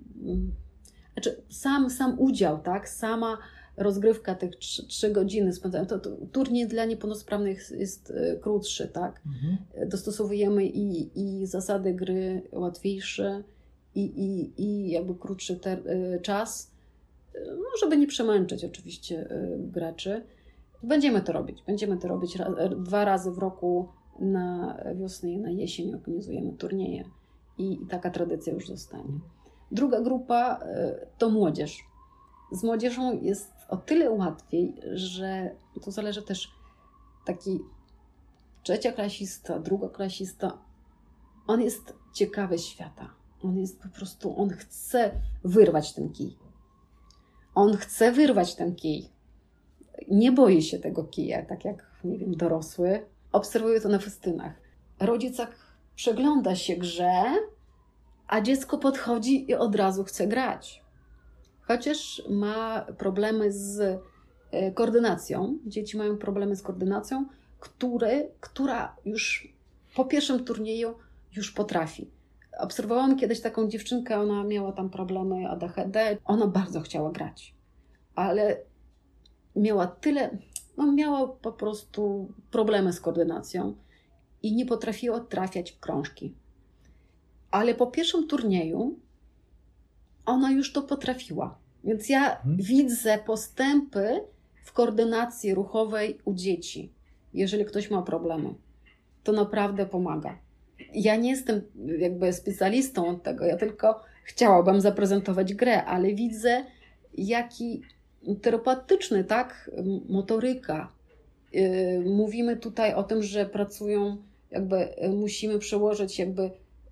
znaczy sam, sam udział, tak, sama rozgrywka tych trzy godziny spędzają. To, to turniej dla niepełnosprawnych jest krótszy, tak? Mhm. Dostosowujemy i, i zasady gry łatwiejsze i, i, i jakby krótszy ter, czas, no, żeby nie przemęczyć oczywiście graczy. Będziemy to robić. Będziemy to robić raz, dwa razy w roku na wiosnę i na jesień organizujemy turnieje i, i taka tradycja już zostanie. Druga grupa to młodzież. Z młodzieżą jest o tyle łatwiej, że to zależy też taki trzecioklasista, drugoklasista, on jest ciekawy świata. On jest po prostu, on chce wyrwać ten kij. On chce wyrwać ten kij. Nie boi się tego kija, tak jak, nie wiem, dorosły. Obserwuję to na festynach. Rodzicak przegląda się grze, a dziecko podchodzi i od razu chce grać. Chociaż ma problemy z koordynacją, dzieci mają problemy z koordynacją, który, która już po pierwszym turnieju już potrafi. Obserwowałam kiedyś taką dziewczynkę, ona miała tam problemy A D H D, ona bardzo chciała grać, ale miała tyle, no miała po prostu problemy z koordynacją i nie potrafiła trafiać w krążki. Ale po pierwszym turnieju ona już to potrafiła. Więc ja hmm. widzę postępy w koordynacji ruchowej u dzieci. Jeżeli ktoś ma problemy, to naprawdę pomaga. Ja nie jestem jakby specjalistą od tego, ja tylko chciałabym zaprezentować grę, ale widzę, jaki terapeutyczny, tak, motoryka. Yy, mówimy tutaj o tym, że pracują, jakby musimy przełożyć jakby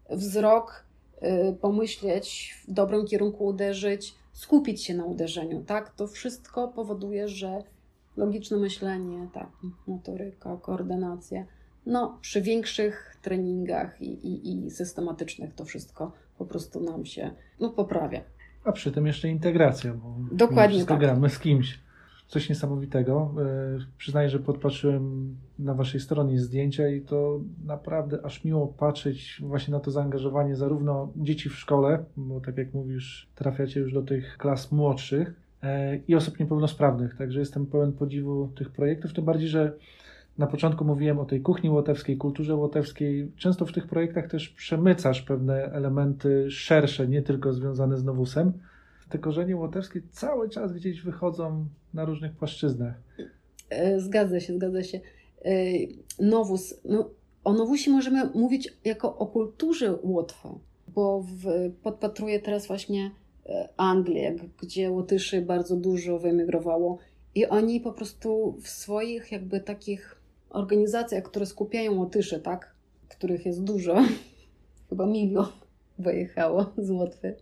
wzrok, pomyśleć, w dobrym kierunku uderzyć, skupić się na uderzeniu, tak? To wszystko powoduje, że logiczne myślenie, tak, motoryka, koordynacja, no przy większych treningach i, i, i systematycznych to wszystko po prostu nam się no, poprawia. A przy tym jeszcze integracja, bo Dokładnie wszystko tak. gramy z kimś. Coś niesamowitego. Yy, przyznaję, że podpatrzyłem na waszej stronie zdjęcia i to naprawdę aż miło patrzeć właśnie na to zaangażowanie zarówno dzieci w szkole, bo tak jak mówisz, trafiacie już do tych klas młodszych, yy, i osób niepełnosprawnych. Także jestem pełen podziwu tych projektów, tym bardziej, że na początku mówiłem o tej kuchni łotewskiej, kulturze łotewskiej. Często w tych projektach też przemycasz pewne elementy szersze, nie tylko związane z Nowusem. Te korzenie łotewskie cały czas gdzieś wychodzą na różnych płaszczyznach. Zgadza się, zgadza się. Nowus, no, o Nowusie możemy mówić jako o kulturze Łotwy, bo w, podpatruję teraz właśnie Anglię, gdzie Łotyszy bardzo dużo wyemigrowało i oni po prostu w swoich jakby takich organizacjach, które skupiają Łotyszy, tak, których jest dużo, chyba milion wyjechało z Łotwy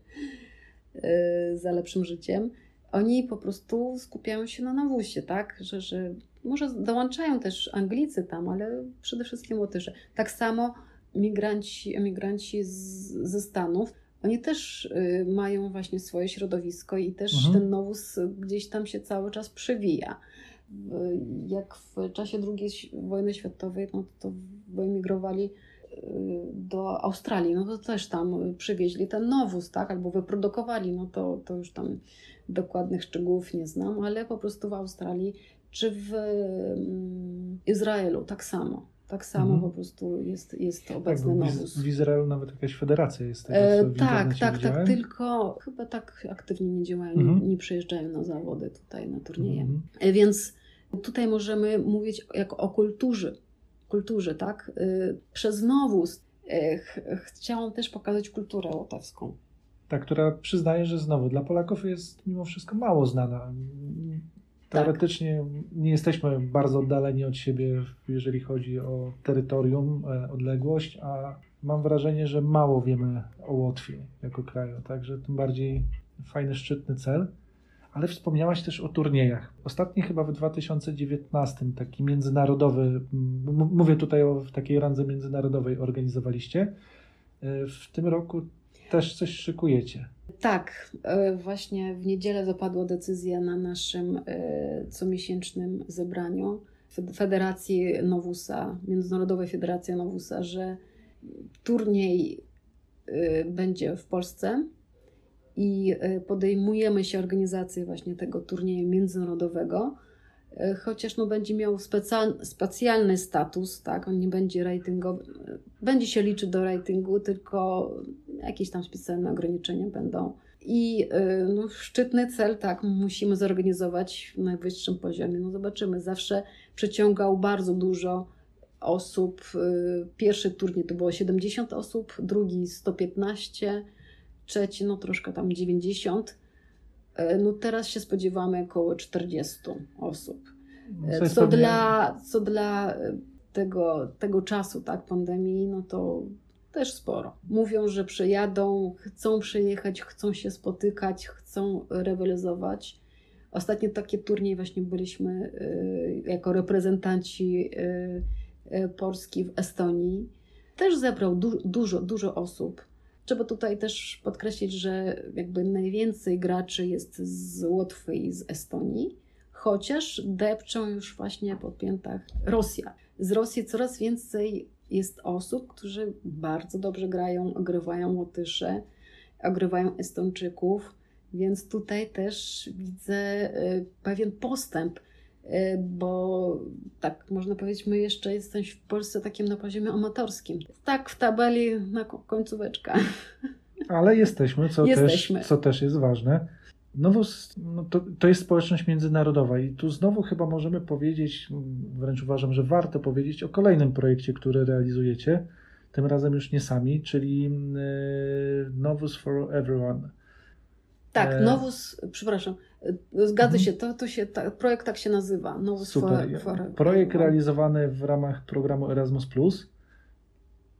za lepszym życiem, oni po prostu skupiają się na Nowusie, tak, że, że może dołączają też Anglicy tam, ale przede wszystkim Łotysze. Tak samo migranci, emigranci z, ze Stanów, oni też y, mają właśnie swoje środowisko i też Mhm. ten Nowus gdzieś tam się cały czas przewija. Y, jak w czasie drugiej wojny światowej, no to wyemigrowali do Australii, no to też tam przywieźli ten Nowus, tak, albo wyprodukowali, no to, to już tam dokładnych szczegółów nie znam, ale po prostu w Australii czy w Izraelu tak samo, tak samo Mhm. po prostu jest, jest Tak, obecny bo Nowus. w, w Izraelu nawet jakaś federacja jest tego, co E, w tak, internecie tak, widziałem. tak, tylko chyba tak aktywnie nie działają, Mhm. nie, nie przyjeżdżają na zawody tutaj, na turnieje. Mhm. E, Więc tutaj możemy mówić jako o kulturze, kulturze, tak? Y, Przez Nowus y, ch- chciałam też pokazać kulturę łotewską. Ta, która przyznaje, że znowu dla Polaków jest mimo wszystko mało znana. Teoretycznie nie jesteśmy bardzo oddaleni od siebie, jeżeli chodzi o terytorium, e, odległość, a mam wrażenie, że mało wiemy o Łotwie jako kraju, także tym bardziej fajny, szczytny cel. Ale wspomniałaś też o turniejach. Ostatni chyba w dwa tysiące dziewiętnastym taki międzynarodowy, m- mówię tutaj o takiej randze międzynarodowej organizowaliście. E, W tym roku też coś szykujecie. Tak, y, właśnie w niedzielę zapadła decyzja na naszym y, comiesięcznym zebraniu Fed- Federacji Nowusa, Międzynarodowej Federacji Nowusa, że turniej y, będzie w Polsce i y, podejmujemy się organizacji właśnie tego turnieju międzynarodowego, y, chociaż no, będzie miał speca- specjalny status, tak, on nie będzie ratingowy, y, będzie się liczyć do ratingu, tylko jakieś tam specjalne ograniczenia będą. I y, no, szczytny cel, tak, musimy zorganizować w najwyższym poziomie. No zobaczymy, zawsze przyciągał bardzo dużo osób. Y, Pierwszy turniej to było siedemdziesiąt osób, drugi sto piętnaście, trzeci no troszkę tam dziewięćdziesiąt. Y, No teraz się spodziewamy około czterdzieści osób. Co jest Co pewnie- dla, co dla tego, tego czasu, tak, pandemii, no to też sporo. Mówią, że przyjadą, chcą przyjechać, chcą się spotykać, chcą rywalizować. Ostatnio takie turniej właśnie byliśmy y, jako reprezentanci y, y, Polski w Estonii. Też zebrał du- dużo, dużo osób. Trzeba tutaj też podkreślić, że jakby najwięcej graczy jest z Łotwy i z Estonii, chociaż depczą już właśnie po piętach Rosja. Z Rosji coraz więcej jest osób, którzy bardzo dobrze grają, ogrywają Łotysze, ogrywają Estończyków, więc tutaj też widzę y, pewien postęp, y, bo tak można powiedzieć, my jeszcze jesteśmy w Polsce takim na poziomie amatorskim. Tak w tabeli na ko- końcóweczka. Ale jesteśmy, co, Jesteśmy. Też, co też jest ważne. Nowus no to, to jest społeczność międzynarodowa i tu znowu chyba możemy powiedzieć, wręcz uważam, że warto powiedzieć o kolejnym projekcie, który realizujecie, tym razem już nie sami, czyli yy, Novus for Everyone. Tak, E, Nowus, przepraszam, y, zgadza Mhm. się, to, to się, ta, projekt tak się nazywa, Nowus Super. for, for Projekt Everyone. realizowany w ramach programu Erasmus plus.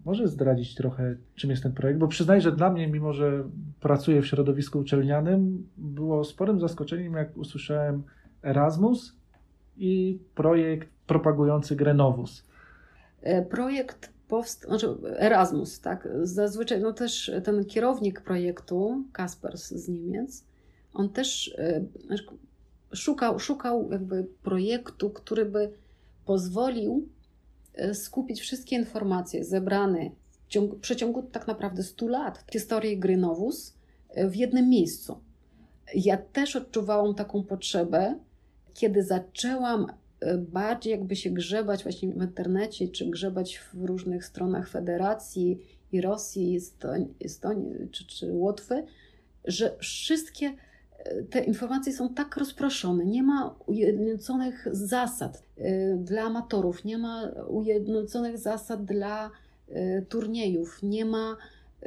Możesz zdradzić trochę, czym jest ten projekt? Bo przyznaj, że dla mnie, mimo że pracuję w środowisku uczelnianym, było sporym zaskoczeniem, jak usłyszałem Erasmus i projekt propagujący grę Novus. Projekt powstał, znaczy Erasmus, tak? Zazwyczaj, no też ten kierownik projektu, Kaspers z Niemiec, on też szukał, szukał jakby projektu, który by pozwolił skupić wszystkie informacje zebrane w ciągu, w przeciągu tak naprawdę stu lat historii gry Novus w jednym miejscu. Ja też odczuwałam taką potrzebę, kiedy zaczęłam bardziej jakby się grzebać właśnie w internecie, czy grzebać w różnych stronach Federacji i Rosji, i Estonii, Estonii czy, czy Łotwy, że wszystkie te informacje są tak rozproszone. Nie ma ujednoliconych zasad dla amatorów, nie ma ujednoliconych zasad dla turniejów, nie ma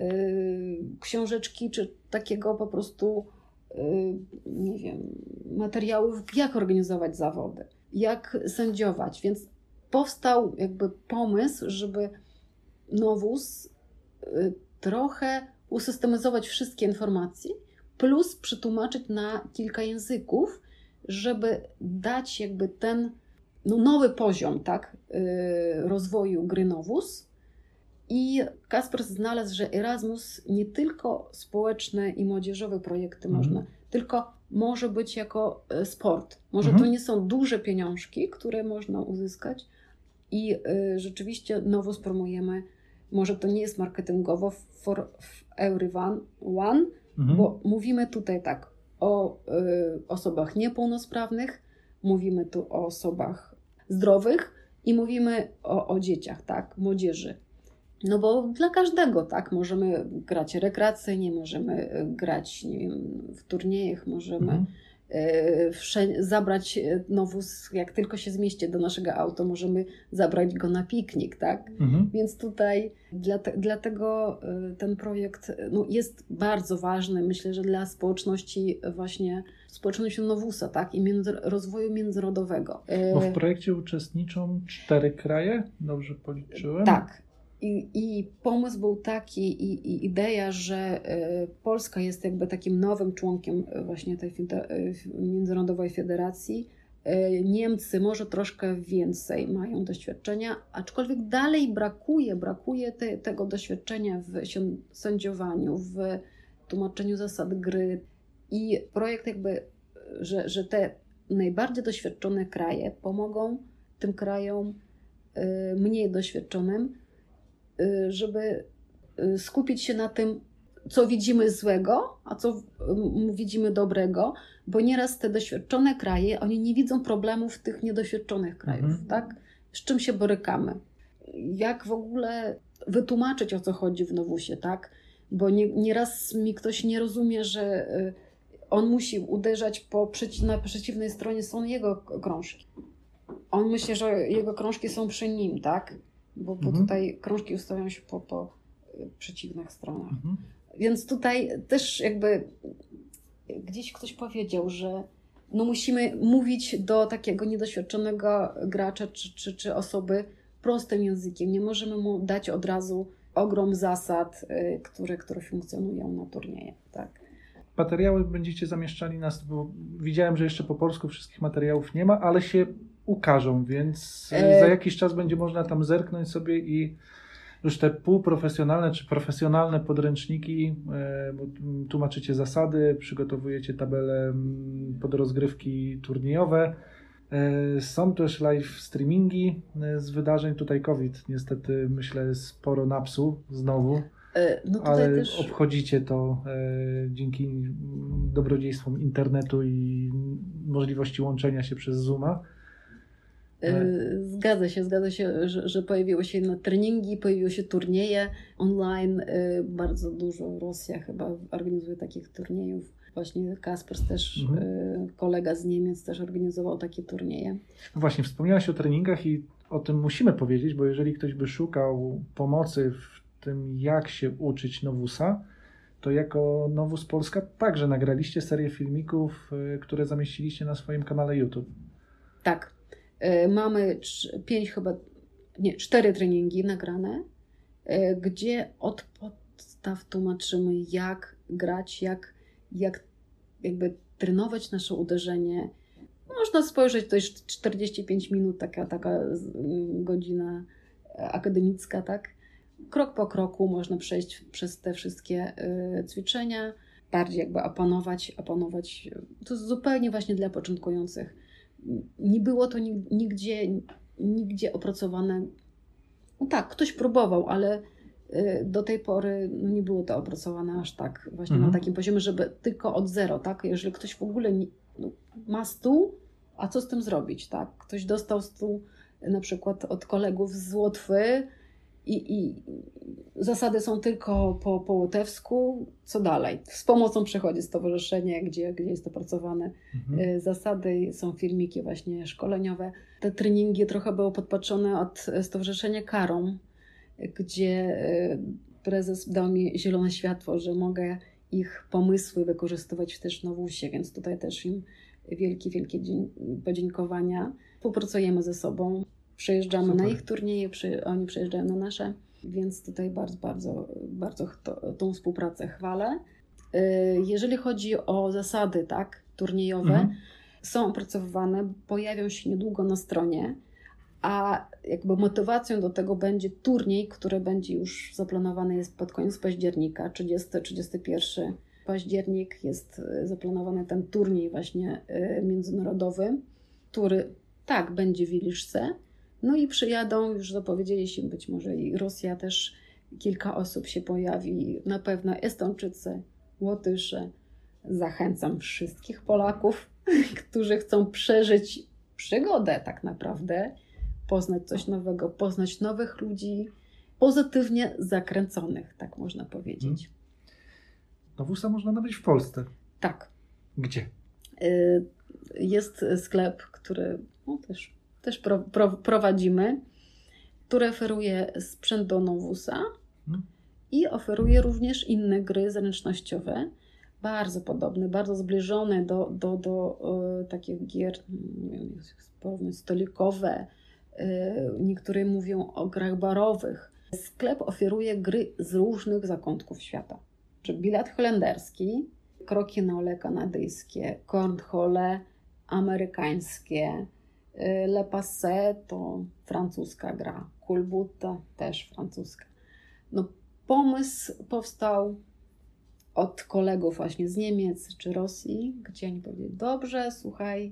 książeczki czy takiego po prostu, nie wiem, materiałów, jak organizować zawody, jak sędziować. Więc powstał jakby pomysł, żeby Novus trochę usystematyzować wszystkie informacje, plus przetłumaczyć na kilka języków, żeby dać jakby ten no, nowy poziom, tak, rozwoju gry Novus. I Kasper znalazł, że Erasmus nie tylko społeczne i młodzieżowe projekty Mhm. można, tylko może być jako sport. Może Mhm. to nie są duże pieniążki, które można uzyskać i y, rzeczywiście Novus promujemy. Może to nie jest marketingowo for everyone, one, Mhm. bo mówimy tutaj tak o y, osobach niepełnosprawnych, mówimy tu o osobach zdrowych i mówimy o, o dzieciach, tak, młodzieży. No bo dla każdego, tak, możemy grać rekreacyjnie, możemy grać, nie wiem, w turniejach, możemy Mhm. y, wszędzie, zabrać Novus, jak tylko się zmieści do naszego auta, możemy zabrać go na piknik, tak. Mhm. Więc tutaj dlate, dlatego ten projekt no, jest bardzo ważny, myślę, że dla społeczności właśnie, społeczności Novusa, tak, i między, rozwoju międzynarodowego. Bo w projekcie uczestniczą cztery kraje, dobrze policzyłem? Tak. I, I pomysł był taki i, i idea, że Polska jest jakby takim nowym członkiem właśnie tej Międzynarodowej Federacji. Niemcy może troszkę więcej mają doświadczenia, aczkolwiek dalej brakuje, brakuje te, tego doświadczenia w sędziowaniu, w tłumaczeniu zasad gry. I projekt jakby, że, że te najbardziej doświadczone kraje pomogą tym krajom mniej doświadczonym, żeby skupić się na tym, co widzimy złego, a co widzimy dobrego, bo nieraz te doświadczone kraje, oni nie widzą problemów tych niedoświadczonych krajów, Mhm. tak? Z czym się borykamy? Jak w ogóle wytłumaczyć, o co chodzi w Novusie, tak? Bo nie, nieraz mi ktoś nie rozumie, że on musi uderzać po, na przeciwnej stronie są jego krążki. On myśli, że jego krążki są przy nim, tak? Bo, bo Mhm. tutaj krążki ustawiają się po, po przeciwnych stronach. Mhm. Więc tutaj też jakby gdzieś ktoś powiedział, że no musimy mówić do takiego niedoświadczonego gracza czy, czy, czy osoby prostym językiem. Nie możemy mu dać od razu ogrom zasad, które, które funkcjonują na turnieje. Tak. Materiały będziecie zamieszczali nas, bo widziałem, że jeszcze po polsku wszystkich materiałów nie ma, ale się ukażą, więc E... za jakiś czas będzie można tam zerknąć sobie i już te półprofesjonalne czy profesjonalne podręczniki, bo tłumaczycie zasady, przygotowujecie tabele pod rozgrywki turniejowe. Są też live streamingi z wydarzeń. Tutaj COVID niestety, myślę, sporo napsuł znowu, no ale też... obchodzicie to dzięki dobrodziejstwom internetu i możliwości łączenia się przez Zooma. Zgadza się, zgadza się, że, że pojawiły się na treningi, pojawiły się turnieje online. Bardzo dużo Rosja chyba organizuje takich turniejów. Właśnie Kaspers też, mhm. kolega z Niemiec też organizował takie turnieje. Właśnie, wspomniałaś o treningach i o tym musimy powiedzieć, bo jeżeli ktoś by szukał pomocy w tym, jak się uczyć Novusa, to jako Novus Polska także nagraliście serię filmików, które zamieściliście na swoim kanale YouTube. Tak. Mamy pięć chyba, nie, cztery treningi nagrane. gdzie od podstaw tłumaczymy, jak grać, jak, jak jakby trenować nasze uderzenie. Można spojrzeć, to jest czterdzieści pięć minut, taka, taka godzina akademicka, tak? Krok po kroku można przejść przez te wszystkie ćwiczenia, bardziej jakby opanować, opanować. To jest zupełnie właśnie dla początkujących. Nie było to nigdzie, nigdzie opracowane. No tak, ktoś próbował, ale do tej pory no nie było to opracowane aż tak właśnie mhm. na takim poziomie, żeby tylko od zero, tak? Jeżeli ktoś w ogóle nie, no, ma stół, a co z tym zrobić, tak? Ktoś dostał stół na przykład od kolegów z Łotwy i, i zasady są tylko po, po łotewsku, co dalej? Z pomocą przychodzi stowarzyszenie, gdzie, gdzie jest opracowane mhm. zasady, są filmiki właśnie szkoleniowe. Te treningi trochę były podpatrzone od stowarzyszenia Karą, gdzie prezes dał mi zielone światło, że mogę ich pomysły wykorzystywać też w Nowusie, więc tutaj też im wielkie, wielkie podziękowania. Współpracujemy ze sobą, przyjeżdżamy Super. na ich turnieje, przy, oni przyjeżdżają na nasze, więc tutaj bardzo, bardzo, bardzo to, tą współpracę chwalę. Jeżeli chodzi o zasady, tak, turniejowe, mhm. są opracowywane, pojawią się niedługo na stronie, a jakby motywacją do tego będzie turniej, który będzie już zaplanowany jest pod koniec października, trzydziesty trzydziesty pierwszy październik jest zaplanowany ten turniej właśnie międzynarodowy, który tak będzie w Wiliszce. No i przyjadą, już zapowiedzieli się, być może i Rosja też, kilka osób się pojawi, na pewno Estończycy, Łotysze. Zachęcam wszystkich Polaków, którzy chcą przeżyć przygodę tak naprawdę, poznać coś nowego, poznać nowych ludzi, pozytywnie zakręconych, tak można powiedzieć. Nowusa można nabyć w Polsce? Tak. Gdzie? Jest sklep, który no, też, też pro, pro, prowadzimy, który oferuje sprzęt do Nowusa hmm. i oferuje również inne gry zręcznościowe, bardzo podobne, bardzo zbliżone do, do, do e, takich gier nie, stolikowe. E, niektóre mówią o grach barowych. Sklep oferuje gry z różnych zakątków świata. Czyli bilet holenderski, krokinole kanadyjskie, cornhole amerykańskie, Le Passé to francuska gra, Kulbutta też francuska. No, pomysł powstał od kolegów właśnie z Niemiec czy Rosji, gdzie oni powiedzieli, dobrze, słuchaj,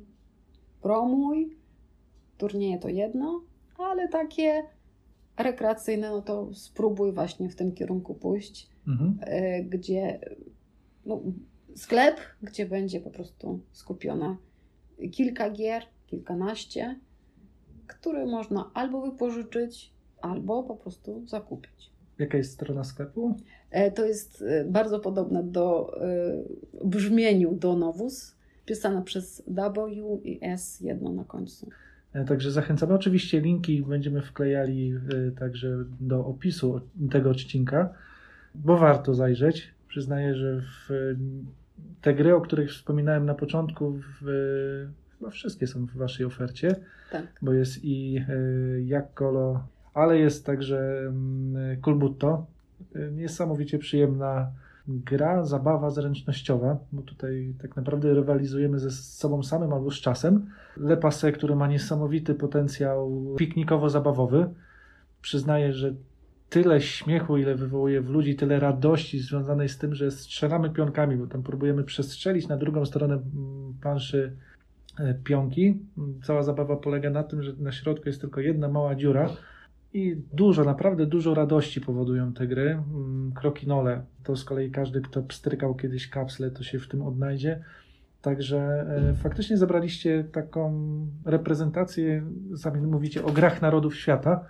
promuj, turnieje to jedno, ale takie rekreacyjne, no to spróbuj właśnie w tym kierunku pójść, mhm. gdzie no, sklep, gdzie będzie po prostu skupione kilka gier, kilkanaście, które można albo wypożyczyć, albo po prostu zakupić. Jaka jest strona sklepu? To jest bardzo podobne do brzmieniu do Nowus, pisane przez W i S jedno na końcu. Także zachęcamy. Oczywiście linki będziemy wklejali także do opisu tego odcinka, bo warto zajrzeć. Przyznaję, że w te gry, o których wspominałem na początku, w, chyba wszystkie są w waszej ofercie, tak. Bo jest i Jak Kolo, ale jest także Kulbutto. Niesamowicie przyjemna gra, zabawa zręcznościowa, bo tutaj tak naprawdę rywalizujemy ze sobą samym albo z czasem. Le Passé, który ma niesamowity potencjał piknikowo-zabawowy. Przyznaję, że tyle śmiechu, ile wywołuje w ludzi, tyle radości związanej z tym, że strzelamy pionkami, bo tam próbujemy przestrzelić na drugą stronę planszy pionki. Cała zabawa polega na tym, że na środku jest tylko jedna mała dziura i dużo, naprawdę dużo radości powodują te gry. Krokinole, to z kolei każdy, kto pstrykał kiedyś kapsle, to się w tym odnajdzie. Także e, faktycznie zebraliście taką reprezentację, sami mówicie, o grach narodów świata,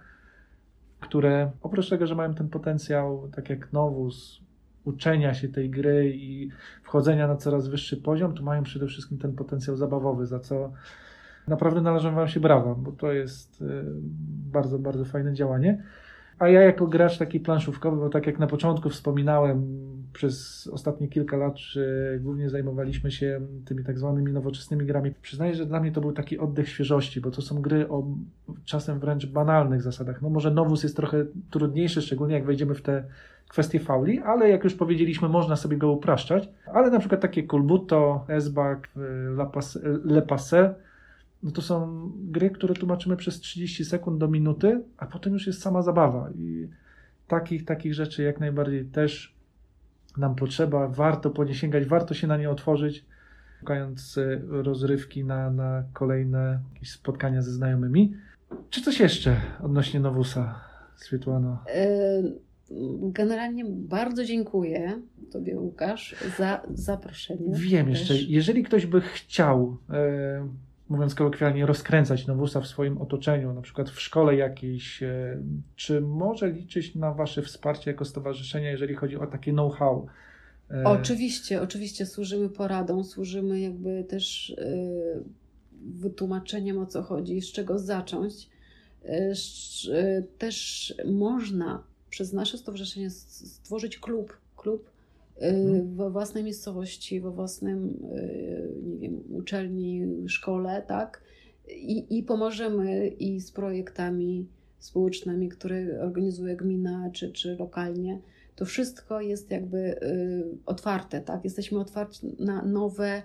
które oprócz tego, że mają ten potencjał, tak jak Nowus, uczenia się tej gry i wchodzenia na coraz wyższy poziom, to mają przede wszystkim ten potencjał zabawowy, za co naprawdę należą wam się brawa, bo to jest y, bardzo, bardzo fajne działanie. A ja jako gracz taki planszówkowy, bo tak jak na początku wspominałem, przez ostatnie kilka lat e, głównie zajmowaliśmy się tymi tak zwanymi nowoczesnymi grami. Przyznaję, że dla mnie to był taki oddech świeżości, bo to są gry o czasem wręcz banalnych zasadach. No może Novus jest trochę trudniejszy, szczególnie jak wejdziemy w te kwestie fauli, ale jak już powiedzieliśmy, można sobie go upraszczać. Ale na przykład takie Kulbuto, Esbak, Le Passé, no to są gry, które tłumaczymy przez trzydzieści sekund do minuty, a potem już jest sama zabawa. I takich, takich rzeczy jak najbardziej też nam potrzeba, warto po nie sięgać, warto się na nie otworzyć, szukając rozrywki na, na kolejne jakieś spotkania ze znajomymi. Czy coś jeszcze odnośnie Novusa, Swietłano? Generalnie bardzo dziękuję Tobie, Łukasz, za zaproszenie. Wiem też. jeszcze, jeżeli ktoś by chciał, e, mówiąc kolokwialnie, rozkręcać Novusa w swoim otoczeniu, na przykład w szkole jakiejś, e, czy może liczyć na Wasze wsparcie jako stowarzyszenia, jeżeli chodzi o takie know-how? E, Oczywiście, oczywiście służymy poradą, służymy jakby też e, wytłumaczeniem, o co chodzi, z czego zacząć. E, sz, e, też można przez nasze stowarzyszenie stworzyć klub, klub hmm. we własnej miejscowości, we własnym, nie wiem, uczelni, szkole, tak? I, i pomożemy i z projektami społecznymi, które organizuje gmina, czy, czy lokalnie. To wszystko jest jakby y, otwarte, tak? Jesteśmy otwarci na nowe,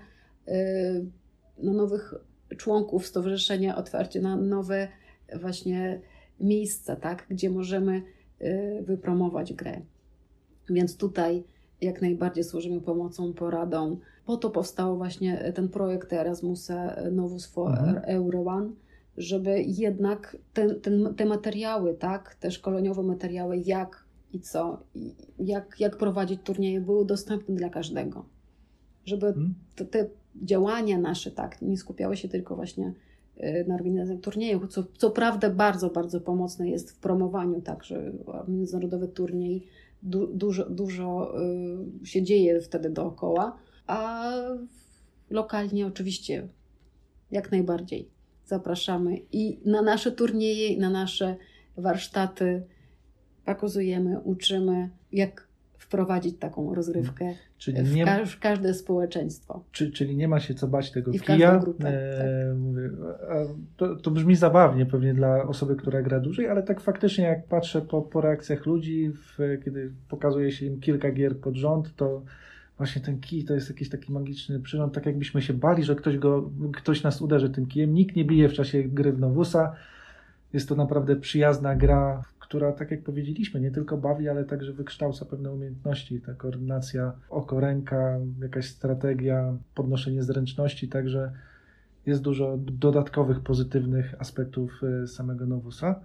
y, na nowych członków stowarzyszenia, otwarci na nowe właśnie miejsca, tak? Gdzie możemy wypromować grę. Więc tutaj jak najbardziej służymy pomocą, poradą. Po to powstał właśnie ten projekt Erasmusa Novus for mhm. Euroone, żeby jednak ten, ten, te materiały, tak, te szkoleniowe materiały, jak i co, jak, jak prowadzić turnieje, były dostępne dla każdego. Żeby mhm. te, te działania nasze, tak, nie skupiały się tylko właśnie na organizacji turniejów, co, co prawda bardzo, bardzo pomocne jest w promowaniu, także międzynarodowy turniej, du, dużo, dużo y, się dzieje wtedy dookoła, a lokalnie oczywiście jak najbardziej zapraszamy i na nasze turnieje, i na nasze warsztaty pokazujemy, uczymy, jak wprowadzić taką rozrywkę czyli w, nie, ka- w każde społeczeństwo. Czy, czyli nie ma się co bać tego I w kija. grupę, e, tak. mówię, to, to brzmi zabawnie pewnie dla osoby, która gra dłużej, ale tak faktycznie jak patrzę po, po reakcjach ludzi, w, kiedy pokazuje się im kilka gier pod rząd, to właśnie ten kij to jest jakiś taki magiczny przyrząd, tak jakbyśmy się bali, że ktoś, go, ktoś nas uderzy tym kijem. Nikt nie bije w czasie gry w Novusa. Jest to naprawdę przyjazna gra, która, tak jak powiedzieliśmy, nie tylko bawi, ale także wykształca pewne umiejętności. Ta koordynacja oko, ręka, jakaś strategia, podnoszenie zręczności, także jest dużo dodatkowych, pozytywnych aspektów samego Novusa.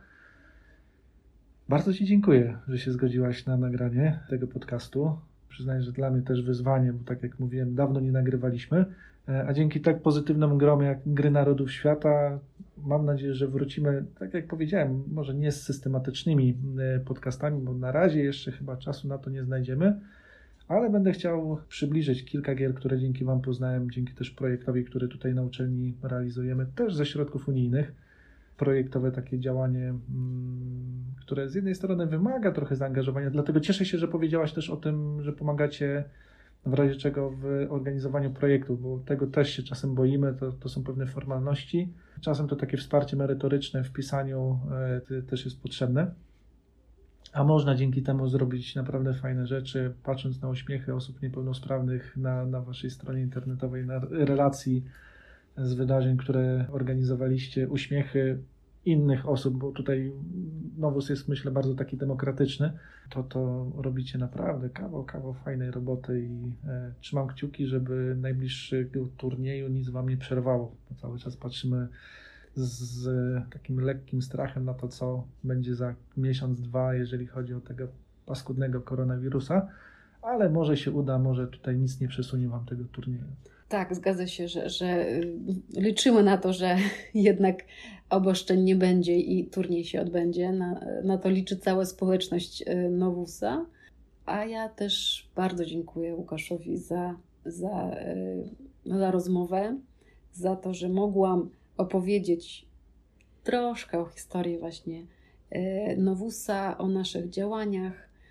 Bardzo Ci dziękuję, że się zgodziłaś na nagranie tego podcastu. Przyznaję, że dla mnie też wyzwanie, bo tak jak mówiłem, dawno nie nagrywaliśmy, a dzięki tak pozytywnym grom jak Gry Narodów Świata mam nadzieję, że wrócimy, tak jak powiedziałem, może nie z systematycznymi podcastami, bo na razie jeszcze chyba czasu na to nie znajdziemy, ale będę chciał przybliżyć kilka gier, które dzięki Wam poznałem, dzięki też projektowi, który tutaj na uczelni realizujemy, też ze środków unijnych. Projektowe takie działanie, które z jednej strony wymaga trochę zaangażowania, dlatego cieszę się, że powiedziałaś też o tym, że pomagacie w razie czego w organizowaniu projektu, bo tego też się czasem boimy, to, to są pewne formalności. Czasem to takie wsparcie merytoryczne w pisaniu y, też jest potrzebne, a można dzięki temu zrobić naprawdę fajne rzeczy, patrząc na uśmiechy osób niepełnosprawnych na, na Waszej stronie internetowej, na relacji z wydarzeń, które organizowaliście, uśmiechy innych osób, bo tutaj Novus jest, myślę, bardzo taki demokratyczny, to to robicie naprawdę kawał, kawał fajnej roboty i e, trzymam kciuki, żeby najbliższego turnieju nic Wam nie przerwało, bo cały czas patrzymy z, z takim lekkim strachem na to, co będzie za miesiąc, dwa, jeżeli chodzi o tego paskudnego koronawirusa, ale może się uda, może tutaj nic nie przesunie Wam tego turnieju. Tak, zgadza się, że, że liczymy na to, że jednak obostrzeń nie będzie i turniej się odbędzie. Na, na to liczy cała społeczność Novusa. A ja też bardzo dziękuję Łukaszowi za, za, za rozmowę, za to, że mogłam opowiedzieć troszkę o historii właśnie Novusa, o naszych działaniach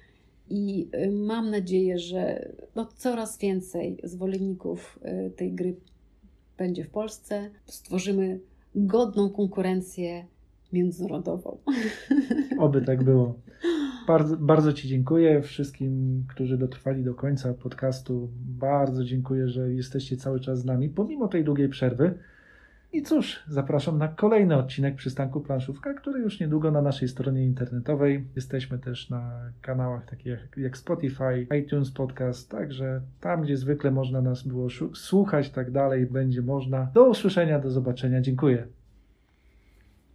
I y, mam nadzieję, że no, coraz więcej zwolenników y, tej gry będzie w Polsce. Stworzymy godną konkurencję międzynarodową. Oby tak było. Bardzo, bardzo Ci dziękuję wszystkim, którzy dotrwali do końca podcastu. Bardzo dziękuję, że jesteście cały czas z nami, pomimo tej długiej przerwy. I cóż, zapraszam na kolejny odcinek Przystanku Planszówka, który już niedługo na naszej stronie internetowej. Jesteśmy też na kanałach takich jak, jak Spotify, iTunes Podcast, także tam, gdzie zwykle można nas było słuchać, tak dalej, będzie można. Do usłyszenia, do zobaczenia. Dziękuję.